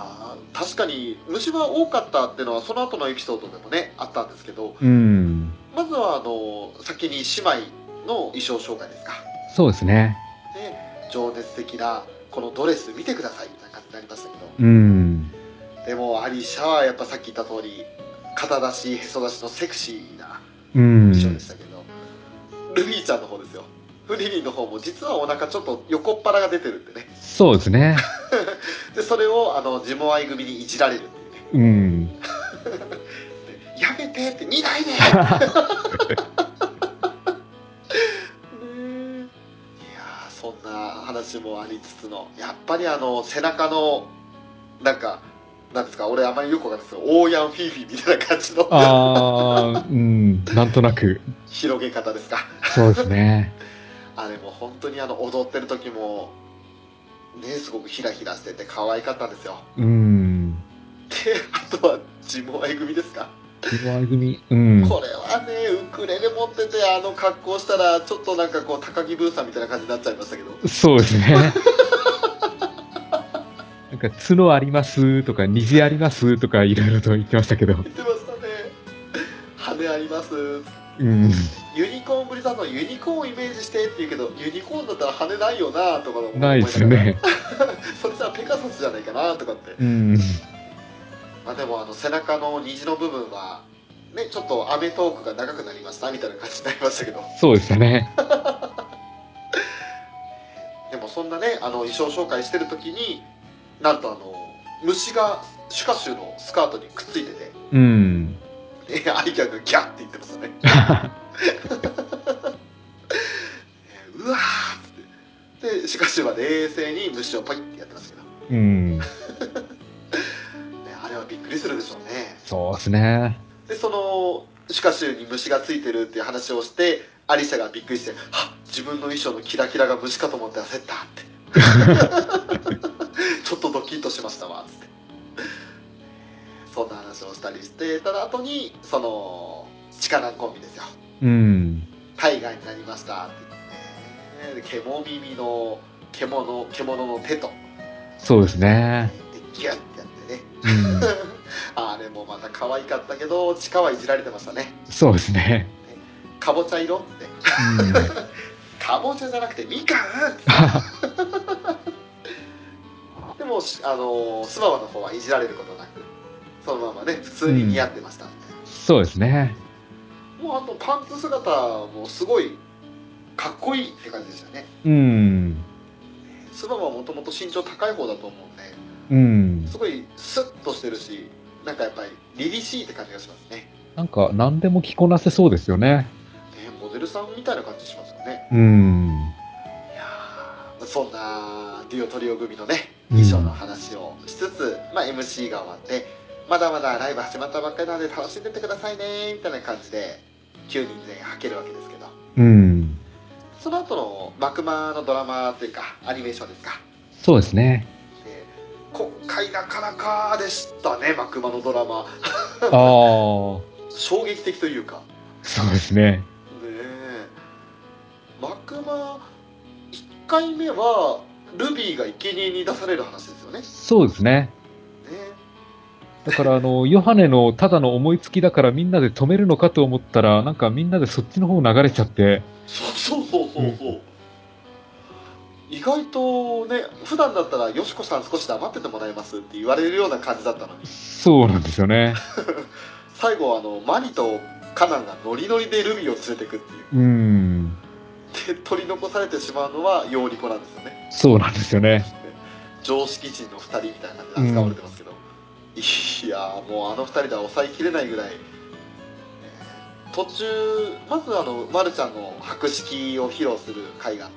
確かに虫は多かったっていうのはその後のエピソードでもねあったんですけど、 まずは先に姉妹の衣装紹介ですか。 そうですね。 で、情熱的なこのドレス見てくださいみたいな感じになりましたけど、でもアリシャはやっぱさっき言った通り肩出しへそ出しのセクシーな衣装でしたけど、ルビーちゃんの方ですよ。フリリンの方も実はお腹ちょっと横っ腹が出てるんでね。 そうですね。 でそれをジモアイ組にいじられるっていうね。やめてって見ないで。いやそんな話もありつつの、やっぱり背中のなんですか、俺あまりよくわかんないですけど、オーヤンフィーフィーみたいな感じのなんとなく広げ方ですか。 そうですね。 あれも本当に踊ってる時もね、すごくヒラヒラしてて可愛かったんですよ。で、あとはジモアイ組ですか。 ジモアイ組、 これはね、ウクレレ持ってて格好したらちょっとなんかこう高木ブーさんみたいな感じになっちゃいましたけど。 そうですね。なんか角ありますとか虹ありますとかいろいろと言ってましたけど。 言ってましたね。羽あります。ユニコーンブリザードのユニコーンをイメージしてって言うけど、ユニコーンだったら羽ないよなとか思いながら、ないですね。それじゃペガサスじゃないかなとかって。まあでも背中の虹の部分はね、ちょっとアメトークが長くなりましたみたいな感じになりましたけど。 そうですね。 でもそんなね、衣装紹介してる時になんと虫がシュカシュのスカートにくっついてて、アイキャンがギャッって言ってましたね。うわーっつって、でシュカシュは冷静に虫をポイってやってますけど、あれはびっくりするでしょうね。 そうですね。 でそのシュカシュに虫がついてるっていう話をして、アリシャがびっくりして、はっ、自分の衣装のキラキラが虫かと思って焦ったってちょっとドキッとしましたわっつって、そんな話をしたりしてた後に、その力コンビですよ。タイガーになりましたって言って、獣耳の獣の手と、 そうですね。 ギュッてやってね。あれもまた可愛かったけど、地下はいじられてましたね。 そうですね。 かぼちゃ色って。かぼちゃじゃなくてみかん。でもスババの方はいじられることなく、そのままね普通に似合ってました、 そうですね。 もうパンツ姿もすごいかっこいいって感じでしたね。スババはもともと身長高い方だと思うんで、すごいスッとしてるし、なんかやっぱり凛々しいって感じがしますね。 なんか何でも着こなせそうですよね。 モデルさんみたいな感じしますよね。いやそんなデュオトリオ組のね衣装の話をしつつ、MC が終わって、まだまだライブ始まったばっかりなので楽しんでってくださいねみたいな感じで9人全員はけるわけですけど、その後の幕間のドラマというかアニメーションですか。 そうですね。 今回なかなかでしたね、幕間のドラマ。衝撃的というか。 そうですね。 幕間1回目はルビーが生贄に出される話ですよね。 そうですね。だからヨハネのただの思いつきだからみんなで止めるのかと思ったら、なんかみんなでそっちの方流れちゃって。 そう。意外とね、普段だったらよしこさん少し黙っててもらえますって言われるような感じだったのに。 そうなんですよね。 最後マリとカナンがノリノリでルビーを連れてくっていう。で取り残されてしまうのはヨーリコなんですよね。 そうなんですよね。 常識人の2人みたいな感じで扱われてますけど、いやもう2人では抑えきれないぐらい。途中まずマルちゃんの博識を披露する回があって、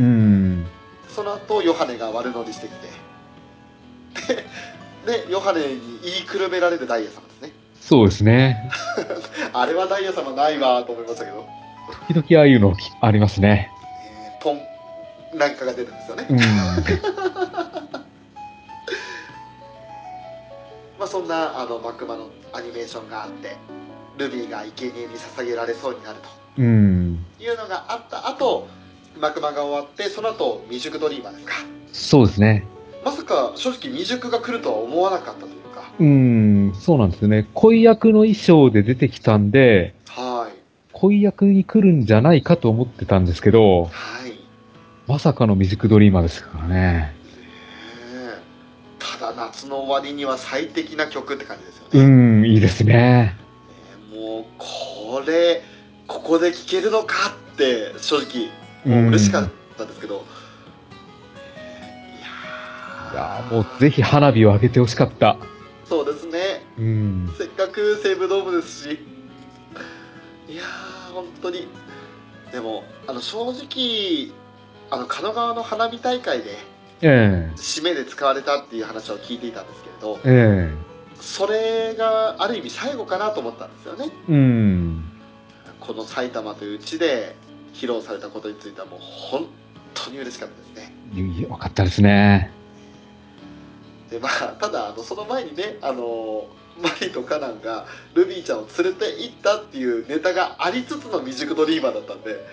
その後ヨハネが悪乗りしてきて、でヨハネに言いくるめられるダイヤ様ですね。 そうですね。 あれはダイヤ様ないわと思いましたけど、 時々ああいうのありますね。 ポンなんかが出るんですよね。そんな幕間のアニメーションがあって、ルビーが生贄に捧げられそうになるというのがあった後、幕間が終わって、その後未熟ドリーマーですか。 そうですね。 まさか正直未熟が来るとは思わなかったというか。 そうなんですよね。恋役の衣装で出てきたんで、 恋役に来るんじゃないかと思ってたんですけど、 はい。 まさかのミュージックドリーマーですからね。 ねえ。ただ夏の終わりには最適な曲って感じですよね。 いいですね。 もうここで聴けるのかって正直もう嬉しかったんですけど、 いやもうぜひ花火を上げてほしかった。 そうですね。せっかく西武ドームですし、いやー本当に。でも正直神奈川の花火大会で締めで使われたっていう話を聞いていたんですけれど、それがある意味最後かなと思ったんですよね。この埼玉という地で披露されたことについてはもう本当に嬉しかったですね。 よかったですね。 でただその前にねマリとカナンがルビーちゃんを連れて行ったっていうネタがありつつのミュージックドリーマーだったんで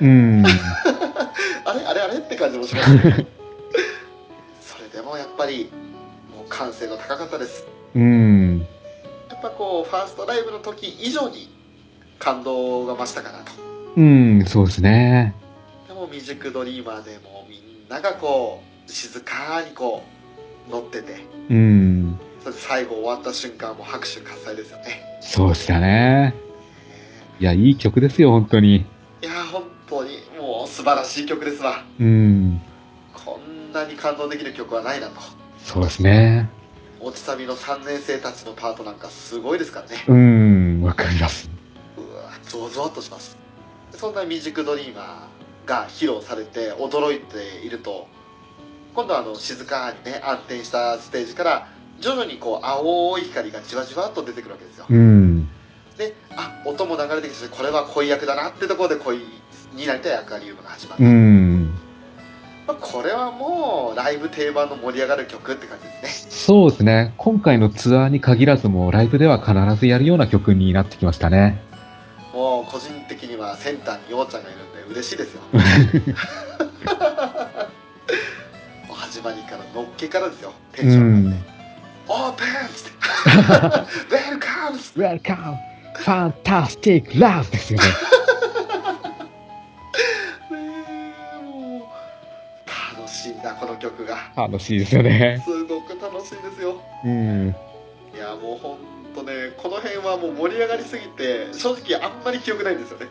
あれって感じもしましたけどそれでもやっぱりもう完成度高かったです。やっぱこうファーストライブの時以上に感動が増したかなと。 そうですね。 でもミュージックドリーマーでもうみんながこう静かにこう乗ってて、それで最後終わった瞬間も拍手喝采ですよね。 そうですよね。いやいい曲ですよ本当に。 いや本当にもう素晴らしい曲ですわ。こんなに感動できる曲はないなと。 そうですね。 落ちサビの3年生たちのパートなんかすごいですからね。 わかります。 うわゾワゾワっとします。そんなミュージックドリーマーが披露されて驚いていると、今度は静かにね暗転したステージから徐々にこう青い光がじわじわっと出てくるわけですよ。で音も流れてきてこれは恋役だなってところで恋になりたいアクアリウムが始まる。これはもうライブ定番の盛り上がる曲って感じですね。 そうですね。今回のツアーに限らずもライブでは必ずやるような曲になってきましたね。 もう個人的にはセンターにようちゃんがいるんで嬉しいですよ。始まりからのっけからですよ。テンション上がって。オープンウェルカムウェルカムファンタスティックラブですよね。 もう楽しいんだこの曲が。 楽しいですよね。 すごく楽しいですよ。いやもうほんとねこの辺はもう盛り上がりすぎて正直あんまり記憶ないんですよね。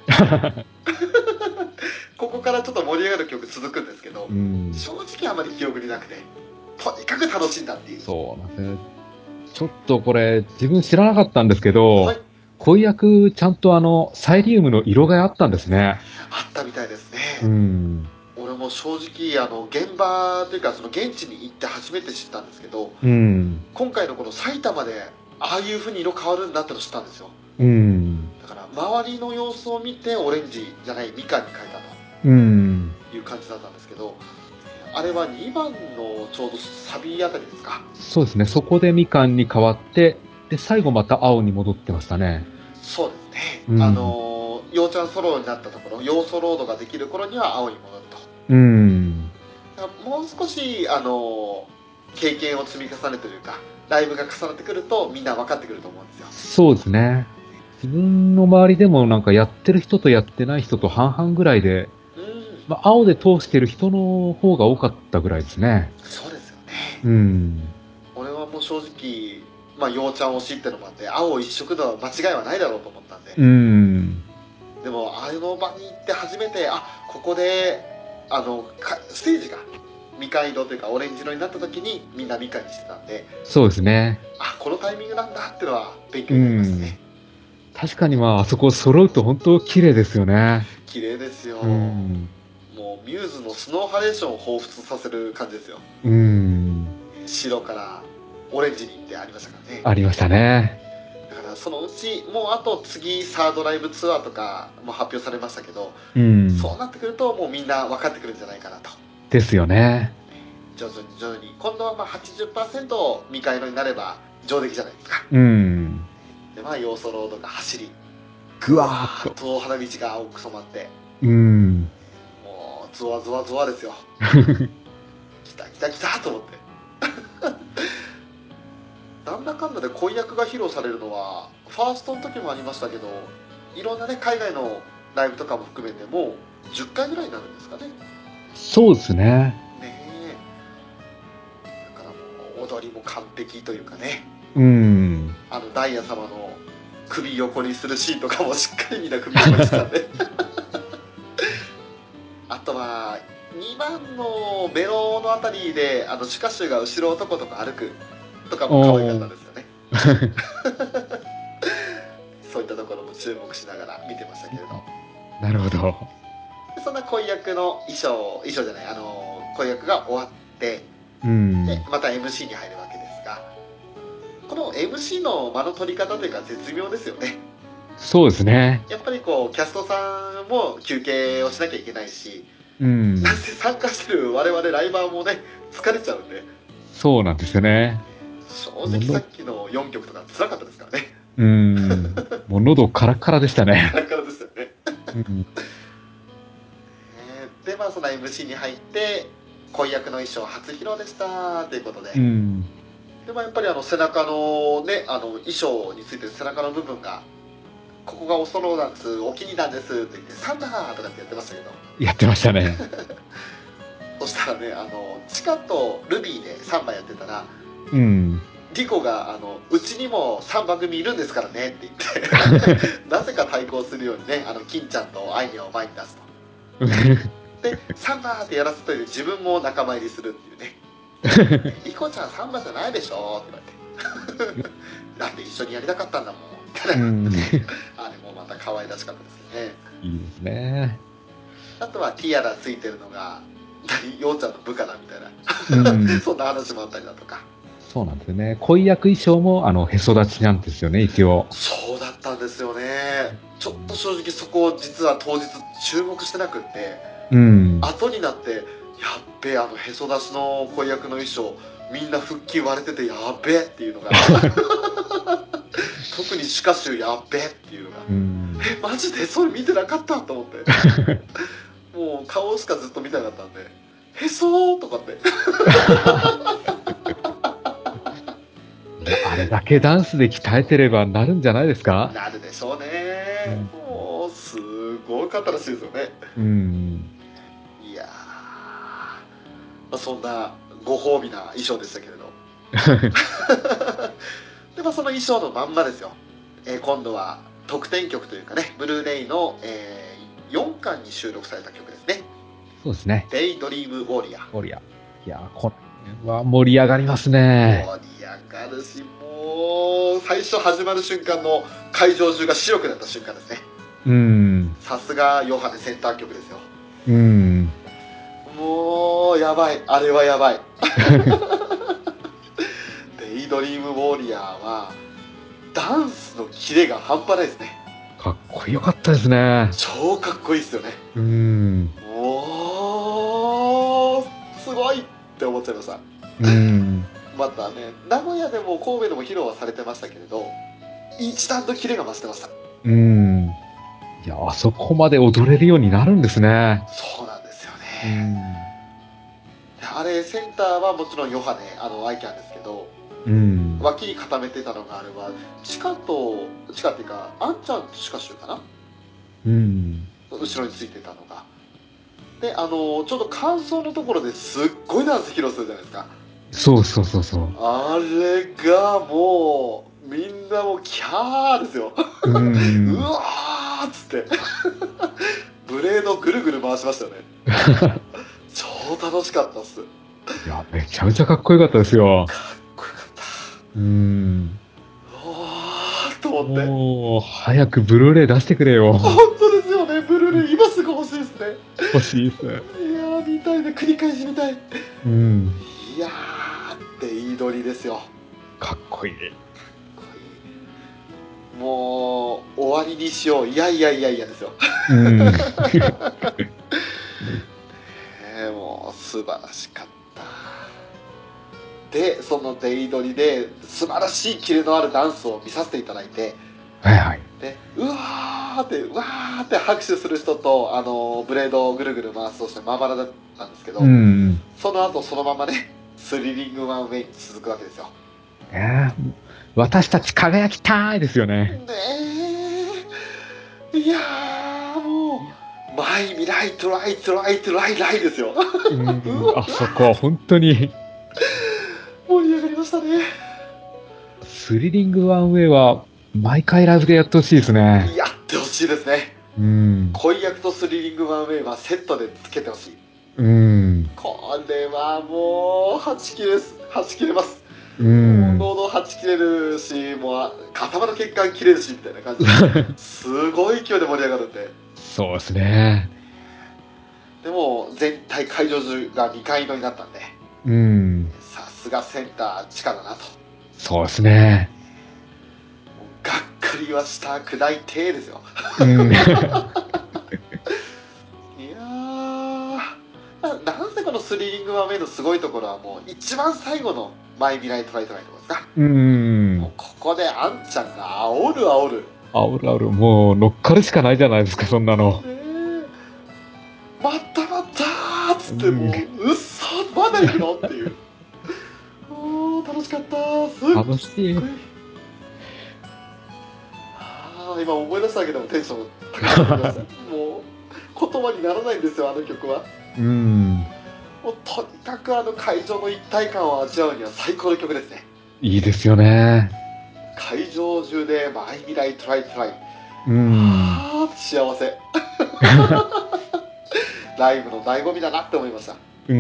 ここからちょっと盛り上がる曲続くんですけど、正直あまり記憶になくてとにかく楽しいんだっていう。 そうなんですね。ちょっとこれ自分知らなかったんですけど、恋役ちゃんとサイリウムの色があったんですね。 あったみたいですね。俺も正直現場というかその現地に行って初めて知ったんですけど、今回のこの埼玉でああいう風に色変わるんだっての知ったんですよ。だから周りの様子を見てオレンジじゃないみかんに変えたという感じだったんですけど、あれは2番のちょうどサビあたりですか。 そうですね。そこでみかんに変わってで最後また青に戻ってましたね。 そうですね。ようちゃんソロになったところ、ヨーソロードができる頃には青に戻ると。もう少し経験を積み重ねというかライブが重なってくるとみんな分かってくると思うんですよ。 そうですね。自分の周りでもなんかやってる人とやってない人と半々ぐらいで、青で通してる人の方が多かったぐらいですね。 そうですよね。俺はもう正直ようちゃん推しってのもあって青一色の間違いはないだろうと思ったんで。でもあの場に行って初めてここでステージがみかん色というかオレンジ色になった時にみんなみかんにしてたんで。 そうですね。 このタイミングなんだってのは勉強になりましたね。 確かにあそこ揃うと本当綺麗ですよね。 綺麗ですよ。もうミューズのスノーハレーションを彷彿させる感じですよ。白からオレンジにってありましたからね。 ありましたね。 だからそのうちもうあと次サードライブツアーとかも発表されましたけど、そうなってくるともうみんな分かってくるんじゃないかなと。 ですよね。 徐々に徐々に今度は80% 未開色になれば上出来じゃないですか。でヨーソロードが走りぐわーっと花道が青く染まって、もうゾワゾワゾワですよ。来た来た来たと思ってなんだかんだで恋役が披露されるのはファーストの時もありましたけど、いろんなね海外のライブとかも含めてもう10回ぐらいになるんですかね。 そうですね。 ねえ。だからもう踊りも完璧というかね。ダイヤ様の首横にするシーンとかもしっかりみんな首横にしたんであとは2番のメロのあたりでシュカシュが後ろ男とか歩くとかも可愛かったですよねそういったところも注目しながら見てましたけれど。 なるほど。 そんな恋役の衣装じゃない恋役が終わって、でまた MC に入るわけですが、この MC の間の取り方というか絶妙ですよね。 そうですね。 やっぱりこうキャストさんも休憩をしなきゃいけないし、なんせ参加してる我々ライバーもね疲れちゃうんで。 そうなんですよね。 正直さっきの4曲とか辛かったですからね。 もう喉カラッカラでしたね。 カラッカラでしたよねでまあその MC に入って恋役の衣装初披露でしたということで、でもやっぱり背中のね衣装についてる背中の部分がここがオソロダンスお気に入りなんですって言ってサンダーとかってやってましたけど、 やってましたねそしたらねチカとルビーでサンバやってたら、リコがうちにも3番組いるんですからねって言ってなぜか対抗するようにね金ちゃんとアイニャンを前に出すとでサンバーってやらせといて自分も仲間入りするっていうねリコちゃんサンバじゃないでしょって言われてだって一緒にやりたかったんだもんあれもまた可愛らしかったですね。 いいですね。 あとはティアラついてるのがようちゃんの部下だみたいなそんな話もあったりだとか。 そうなんですよね。恋役衣装もへそ立ちなんですよね、一応。 そうだったんですよね。ちょっと正直そこを実は当日注目してなくって、後になってやっべえへそ出しの恋役の衣装みんな腹筋割れててやっべえっていうのが特にシュカシュやっべえっていうのが、マジでそれ見てなかったと思ってもう顔しかずっと見てなかったんでへそーとかってあれだけダンスで鍛えてればなるんじゃないですか。 なるでしょうね、もうすごかったらしいですよね。いやそんなご褒美な衣装でしたけれどでその衣装のまんまですよ、今度は特典曲というかねブルーレイの、4巻に収録された曲ですね。 そうですね。 デイドリームウォリア。 いやこれは盛り上がりますね。 盛り上がるしもう最初始まる瞬間の会場中が白くなった瞬間ですね。さすがヨハネセンター曲ですよ。もうやばい、あれはやばいデイドリームウォリアーはダンスのキレが半端ないですね。 かっこよかったですね。 超かっこいいですよね。おーすごいって思っちゃいました。またね名古屋でも神戸でも披露はされてましたけれど一段とキレが増してました。 いやあそこまで踊れるようになるんですね。 そうなんですよね。あれセンターはもちろんヨハネアイキャンですけど、脇に固めてたのがあれはチカっていうかアンちゃんとシュカシュかな、後ろについてたのがでちょうど間奏のところですっごいダンス披露するじゃないですか。 そうあれがもうみんなもうキャーですようわーっつってブレードぐるぐる回しましたよね超楽しかったっす。 いやめちゃめちゃかっこよかったですよ。 かっこよかった。おーと思ってもう早くブルーレイ出してくれよ。 本当ですよね。ブルーレイ今すぐ欲しいですね。 欲しいです。いや見たいね、繰り返し見たい。いやデイドリですよ。 かっこいい。 もう終わりにしよう、いやですよもう素晴らしかった。でそのデイドリで素晴らしいキレのあるダンスを見させていただいて、でうわーって拍手する人とブレードをぐるぐる回すとしてまばらだったんですけど、その後そのままねスリリングワンウェイに続くわけですよ。 私たち輝きたいですよね。 いやもマイ未来トライトライトライライですよ。 あそこは本当に盛り上がりましたね。 スリリングワンウェイは毎回ライブでやってほしいですね。 やってほしいですね。恋役とスリリングワンウェイはセットでつけてほしい。これはもうはち切れます。喉はち切れるし、もう頭の血管切れるしみたいな感じですごい勢いで盛り上がるんで。 そうですね。 でも全体会場中が2階色になったんで、さすがセンター地下だなと。 そうですね。 がっかりはした砕いてですよ。いやー、なんせこのスリリングワンウェイのすごいところはもう一番最後のマイ未来トライトライところですか。もうここであんちゃんが煽るもう乗っかるしかないじゃないですか、そんなの。 待ったーっつって、もううっそまだ行くのっていう。楽しかったー。すっごい楽しい。今思い出しただけでもテンション高くなりました。もう言葉にならないんですよ、あの曲は。もうとにかく会場の一体感を味わうには最高の曲ですね。 いいですよね。 会場中でマイ未来トライトライ。幸せ。ライブの醍醐味だなって思いました。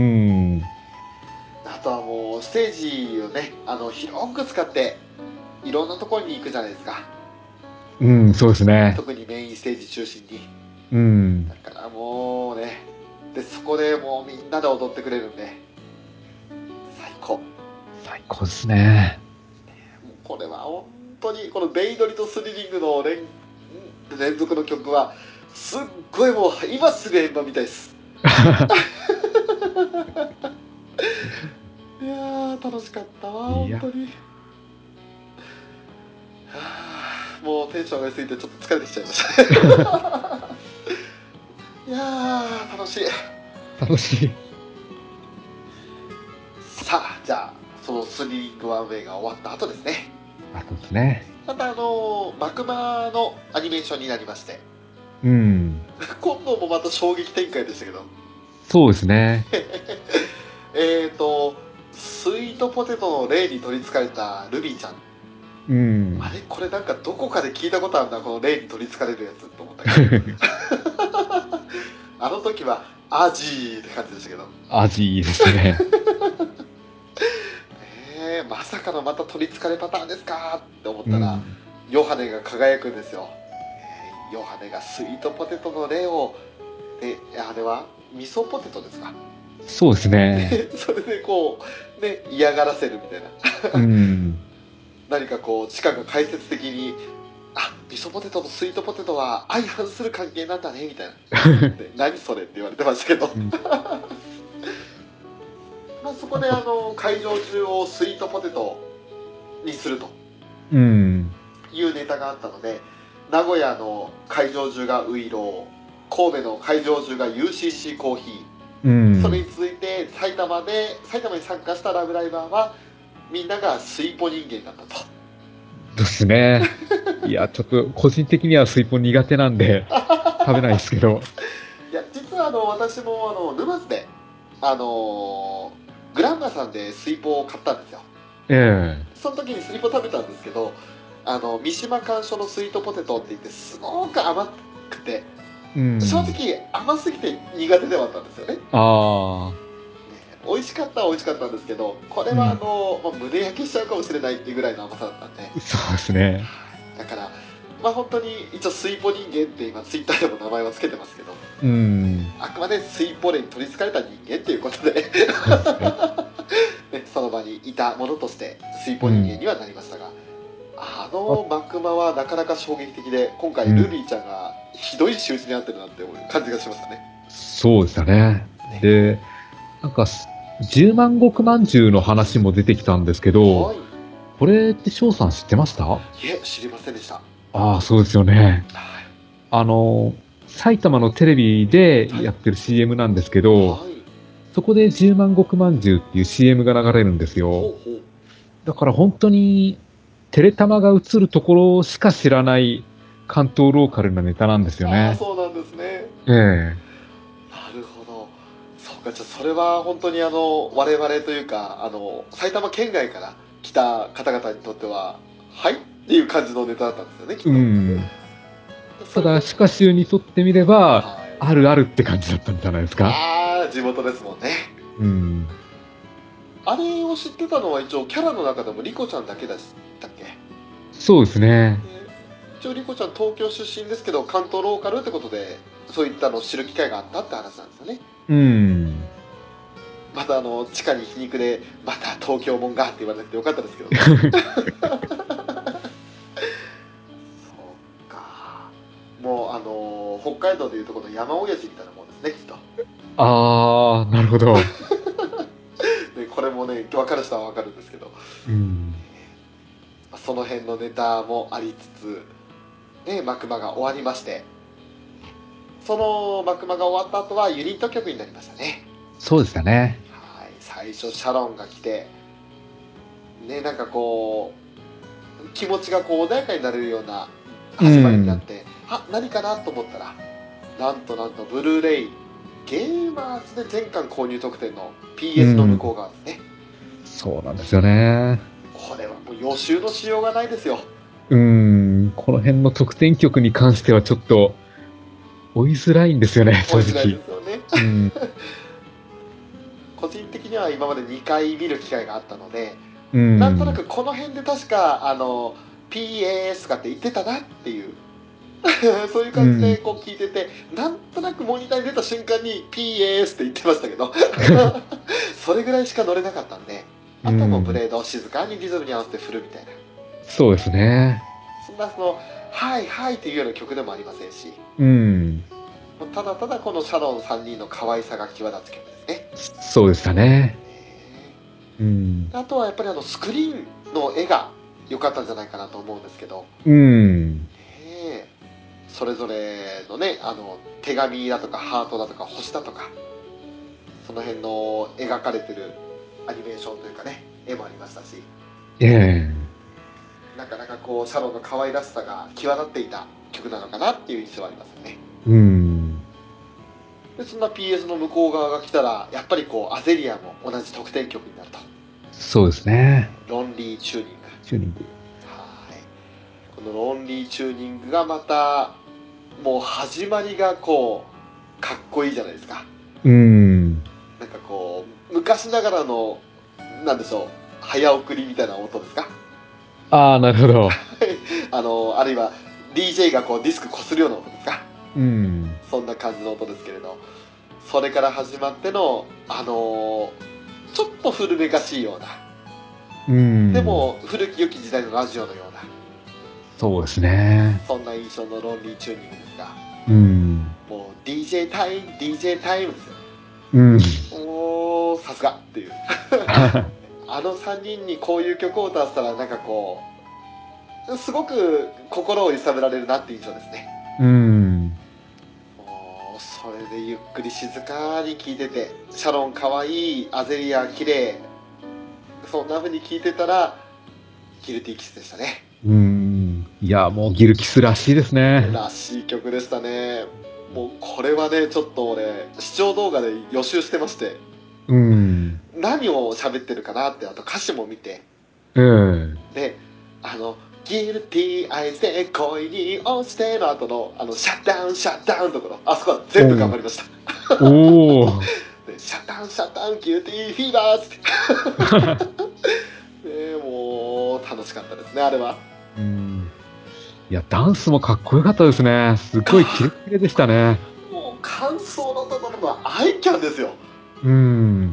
あとはもうステージをね、広く使っていろんなところに行くじゃないですか。 そうですね。 特にメインステージ中心に。だからもうね、でそこでもうみんなで踊ってくれるんで最高ですね。 これは本当にこのベイドリとスリリングの連続の曲はすっごいもう今すぐ円盤みたいです。いやー楽しかったわ本当に。もうテンション上がりすぎてちょっと疲れてきちゃいましたね。いやー楽しい。さあじゃあそのスリリングワンウェイが終わった後ですね。また幕間のアニメーションになりまして、今度もまた衝撃展開でしたけど。 そうですね。 スイートポテトの霊に取りつかれたルビーちゃん。あれこれなんかどこかで聞いたことあるな、この霊に取りつかれるやつと思ったけどあの時はアジーって感じでしたけど。 アジーですね。 まさかのまた取りつかれパターンですかって思ったら、ヨハネが輝くんですよ。ヨハネがスイートポテトの霊を、あれは味噌ポテトですか。 そうですね。 それでこうね嫌がらせるみたいな何かこう地下が解説的に味噌ポテトとスイートポテトは相反する関係なんだねみたいな何それって言われてましたけどそこで会場中をスイートポテトにするというネタがあったので、名古屋の会場中がウイロー、神戸の会場中が UCC コーヒー、それに続いて埼玉に参加したラブライバーはみんながスイポ人間だったと。 ですね。いやちょっと個人的にはスイポ苦手なんで食べないですけど。 いや実は私も沼津でグランマさんでスイポを買ったんですよ。その時にスイポ食べたんですけど、三島甘書のスイートポテトって言ってすごく甘くて、正直甘すぎて苦手ではあったんですよね。美味しかったは美味しかったんですけど、これは胸焼けしちゃうかもしれないっていうぐらいの甘さだったんで。 そうですね。 だから本当に一応スイポ人間って今ツイッターでも名前は付けてますけど、あくまでスイポ霊に取りつかれた人間っていうことでその場にいたものとしてスイポ人間にはなりましたが、幕間はなかなか衝撃的で、今回ルビーちゃんがひどい仕打ちに遭ってるなって感じがしましたね。 そうでしたね。でなんか10万石まんじゅうの話も出てきたんですけど、これって翔さん知ってました？ いえ知りませんでした。 そうですよね。埼玉のテレビでやってる CM なんですけど、そこで10万石まんじゅうっていう CM が流れるんですよ。だから本当にテレタマが映るところしか知らない関東ローカルなネタなんですよね。 そうなんですね。 ええ。 なるほど。そうか、じゃあそれは本当に我々というか、埼玉県外から来た方々にとっては、はいっていう感じのネタだったんですよね、きっうと。 ん。ただ、 それで、 歯科州にとってみれば、 はい。 あるあるって感じだったんじゃないですか。 ああ、地元ですもんね。 うん。 あれを知ってたのは一応キャラの中でもリコちゃんだけでしたっけ？ そうですね。 で一応リコちゃん東京出身ですけど関東ローカルってことでそういったのを知る機会があったって話なんですよね。 うん。 また地下に皮肉でまた東京もんがって言われなくてよかったですけどね。そうか。もう北海道でいうとこの山親父みたいなもんですね、きっと。 ああ、なるほど。 でこれもね分かる人は分かるんですけど、 うん。 その辺のネタもありつつ、ね、幕間が終わりまして、その幕間が終わった後はユニット曲になりましたね。 そうですかね。 はい、最初シャロンが来て、ね、なんかこう気持ちがこう穏やかになれるようなう始まりになっん。 て、あ、何かなと思ったら、なんとブルーレイゲーマーズで全巻購入特典のう PS の向こうん。 側ですね。 そうなんですよね。 これはもう予習のしようがないですよ。 うん。この辺の得点曲に関してはちょっと追いづらいんですよね、正追いづらいで直。 すよね。 うん。 個人的には今まで2回見る機会があったので、 うなんとなん。 くこの辺で確かPAS とかって言ってたなっていうそういう感じでうん。 こう聞いてて、なんとなくモニターに出た瞬間に PAS って言ってましたけどそれぐらいしか乗れなかったんで、 うあとはもうブん。 レードを静かにリズムに合わせて振るみたいな、 そうですね。 そんなはいはいっていうような曲でもありませんし、 うん。 ただただこのシャロン3人の可愛さが際立つ曲ですね。 そうでしたね。うん。 あとはやっぱりスクリーンの絵が良かったんじゃないかなと思うんですけど、 うん。 それぞれのね手紙だとかハートだとか星だとか、その辺の描かれてるアニメーションというかね絵もありましたし、 ええ。 なかなかこうシャロンの可愛らしさが際立っていた曲なのかなっていう印象はありますよね。 うん。 でそんな PS の向こう側が来たらやっぱりこうアゼリアも同じ得点曲になると、 そうですね。 ロンリーチューニング。 チューニング。 はいこのロンリーチューニングがまたもう始まりがこうかっこいいじゃないですか。 うん。 なんかこう昔ながらのなんでしょう、早送りみたいな音ですか。 ああ、なるほど。 あるいは DJ がこうディスクこするような音ですか。 うん。 そんな感じの音ですけれど、それから始まってのちょっと古めかしいような、 うん。 でも古き良き時代のラジオのような、 そうですね。 そんな印象のロンリーチューニングですが、 うん。 もう DJ タイム DJ タイムですよ。 うん。 おーさすがっていう3人にこういう曲を歌わせたらなんかこうすごく心を揺さぶられるなっていう印象ですね。 うん。 もうそれでゆっくり静かに聴いてて、シャロンかわいい、アゼリア綺麗、そんな風に聴いてたらギルティキスでしたね。 うん。いや、もうギルキスらしいですね。 らしい曲でしたね。もうこれはねちょっと俺視聴動画で予習してまして、 うん。 何を喋ってるかなって、あと歌詞も見て、 ええ。 でギルティ愛して恋に落ちての後のシャッダウンシャッダウンのところ、あそこは全部頑張りました。 おお。 でシャッダウンシャッダウンギルティフィーバーっつってもう楽しかったですねあれは。 うん。いや、ダンスもかっこよかったですね。すっごいキレッキレでしたね。 もう感想のところのアイキャンですよ。 うん。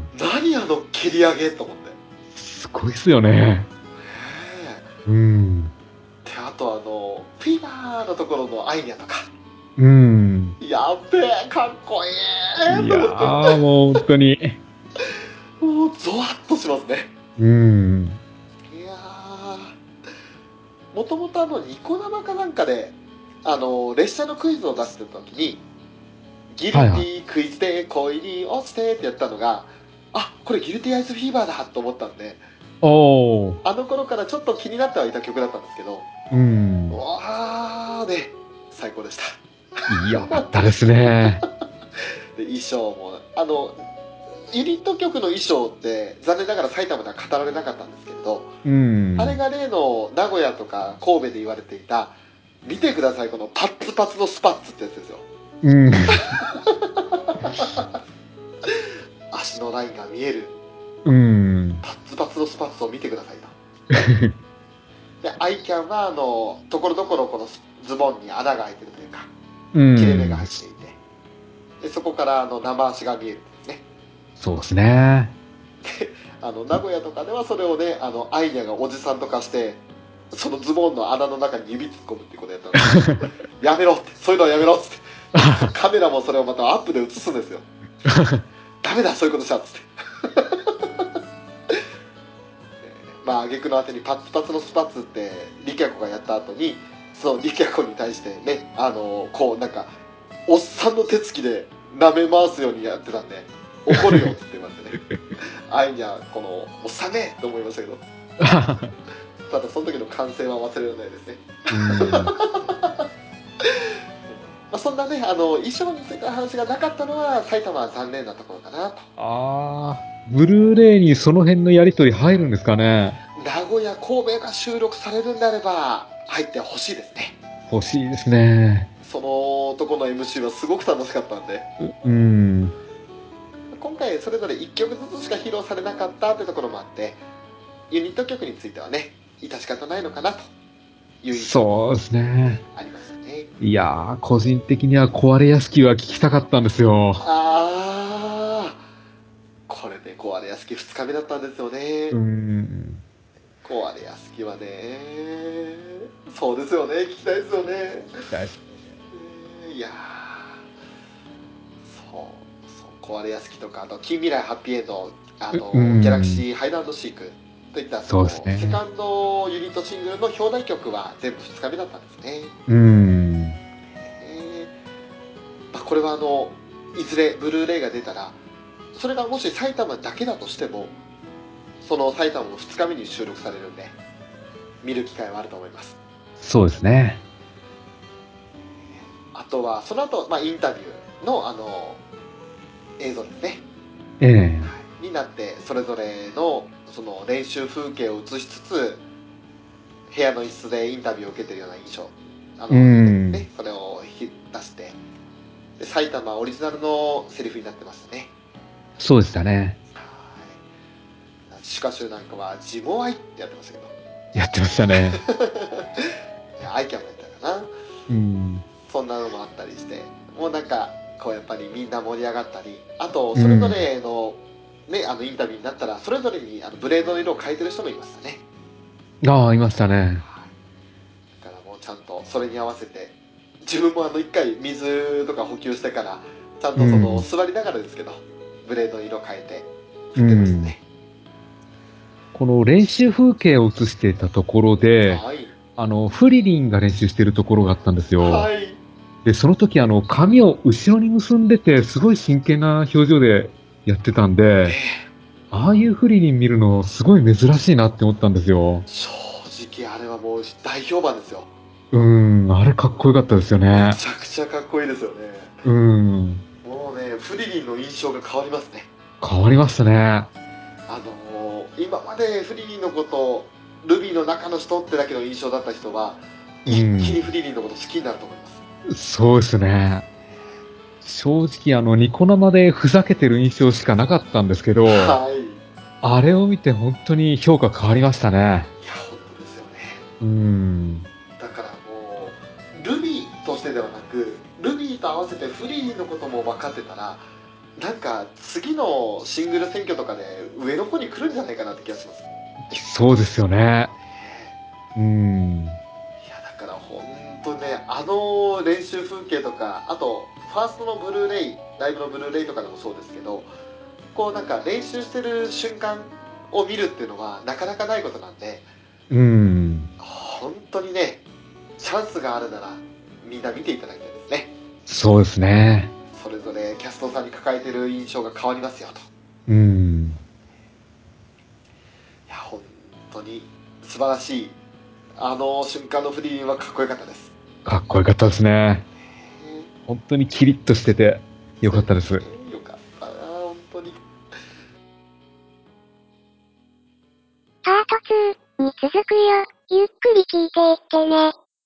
何蹴り上げと思って、 すごいっすよね。うん。 であとフィーバーのところのアイニャとか、 うん。 やっべえかっこいいいやと思って、 ー、もう本当に。 もうゾワッとしますね。 うん。 いやもともとニコ生かなんかで列車のクイズを出してた時にギルテはいはい。 ィクイズで恋に落ちてってやったのが、あ、これギルティアイズフィーバーだと思ったんで、 おー。 あの頃からちょっと気になってはいた曲だったんですけど、 うん。 わーね、最高でした。 よかったですね。 で衣装もユニット曲の衣装って残念ながら埼玉では語られなかったんですけれど、あれが例の名古屋とか神戸で言われていた、見てくださいこのパッツパツのスパッツってやつですよ。足のラインが見えるパッツパツのスパッツを見てくださいと。でアイキャンはところどころこのズボンに穴が開いてるというか、切れ目が入っていて、でそこから生足が見えるんですね。 そうですね。 名古屋とかではそれをね、アイニャがおじさんとかしてそのズボンの穴の中に指突っ込むっていうことやったんですやめろって、そういうのはやめろっつってカメラもそれをまたアップで映すんですよダメだそういうことしたっつってまあ挙句の果てにパッツパツのスパッツってリキャコがやった後に、そのリキャコに対してね、こうなんかおっさんの手つきで舐め回すようにやってたんで、怒るよっつって言われてねアイニャこのおっさめと思いましたけどただその時の歓声は忘れられないですねまあそんなね衣装についての話がなかったのは埼玉は残念なところかなと。 ブルーレイにその辺のやり取り入るんですかね。 名古屋神戸が収録されるんであれば入ってほしいですね。 欲しいですね。 そのとこの MC はすごく楽しかったんで、今回それぞれ1曲ずつしか披露されなかったというところもあって、ユニット曲についてはね致し方ないのかなという印象もありますね。 いやー、個人的には壊れ屋敷は聞きたかったんですよ。 これで壊れ屋敷2日目だったんですよね。壊れ屋敷はね、そうですよね、聞きたいですよね。いやそう壊れ屋敷とか、近未来ハッピーエンド、ギャラクシーハイランドシークといったセカンドユニットシングルの表題曲は全部2日目だったんですね。これはいずれブルーレイが出たら、それがもし埼玉だけだとしてもその埼玉の2日目に収録されるんで見る機会はあると思います。 そうですね。 あとはその後、インタビューの映像ですね、になって、それぞれのその練習風景を映しつつ部屋の一室でインタビューを受けているような印象、それを出してで埼玉オリジナルのセリフになってましたね。 そうでしたね。 シカシュなんかはジモアイってやってましたけど、 やってましたねアイキャンもやったかな。そんなのもあったりして、もうなんかこうやっぱりみんな盛り上がったり、あとそれぞれのね、インタビューになったらそれぞれにブレードの色を変えてる人もいましたね。 いましたね。 だからもうちゃんとそれに合わせて、自分も一回水とか補給してからちゃんとその座りながらですけどブレードの色変えて振ってましたね。 この練習風景を映していたところで、フリリンが練習しているところがあったんですよ。で、その時髪を後ろに結んでて、すごい真剣な表情でやってたんで、ああいうフリリン見るのすごい珍しいなって思ったんですよ。 正直あれはもう大評判ですよ。 あれかっこよかったですよね。 めちゃくちゃかっこいいですよね。もうね、フリリンの印象が変わりますね。 変わりましたね。 今までフリリンのこと、ルビーの中の人ってだけの印象だった人は、一気にフリリンのこと好きになると思います。 そうですね。正直ニコ生でふざけてる印象しかなかったんですけど、あれを見て本当に評価変わりましたね。 いや、本当ですよね。だからもう、ルビーとしてではなく、ルビーと合わせてフリリンのことも分かってたら、なんか次のシングル選挙とかで上の方に来るんじゃないかなって気がします。 そうですよね。 いやだから本当ね、練習風景とか、あとファーストのブルーレイ、ライブのブルーレイとかでもそうですけど、こうなんか練習してる瞬間を見るっていうのはなかなかないことなんで、本当にね、チャンスがあるならみんな見ていただきたいですね。 そうですね。 それぞれキャストさんに抱えてる印象が変わりますよと。いや本当に素晴らしい、瞬間のフリーはかっこよかったです。 かっこよかったですね。本当にキリッとしてて、 よかったです。 よかったな、本当に。 パート2に続くよ。ゆっくり聞いていってね。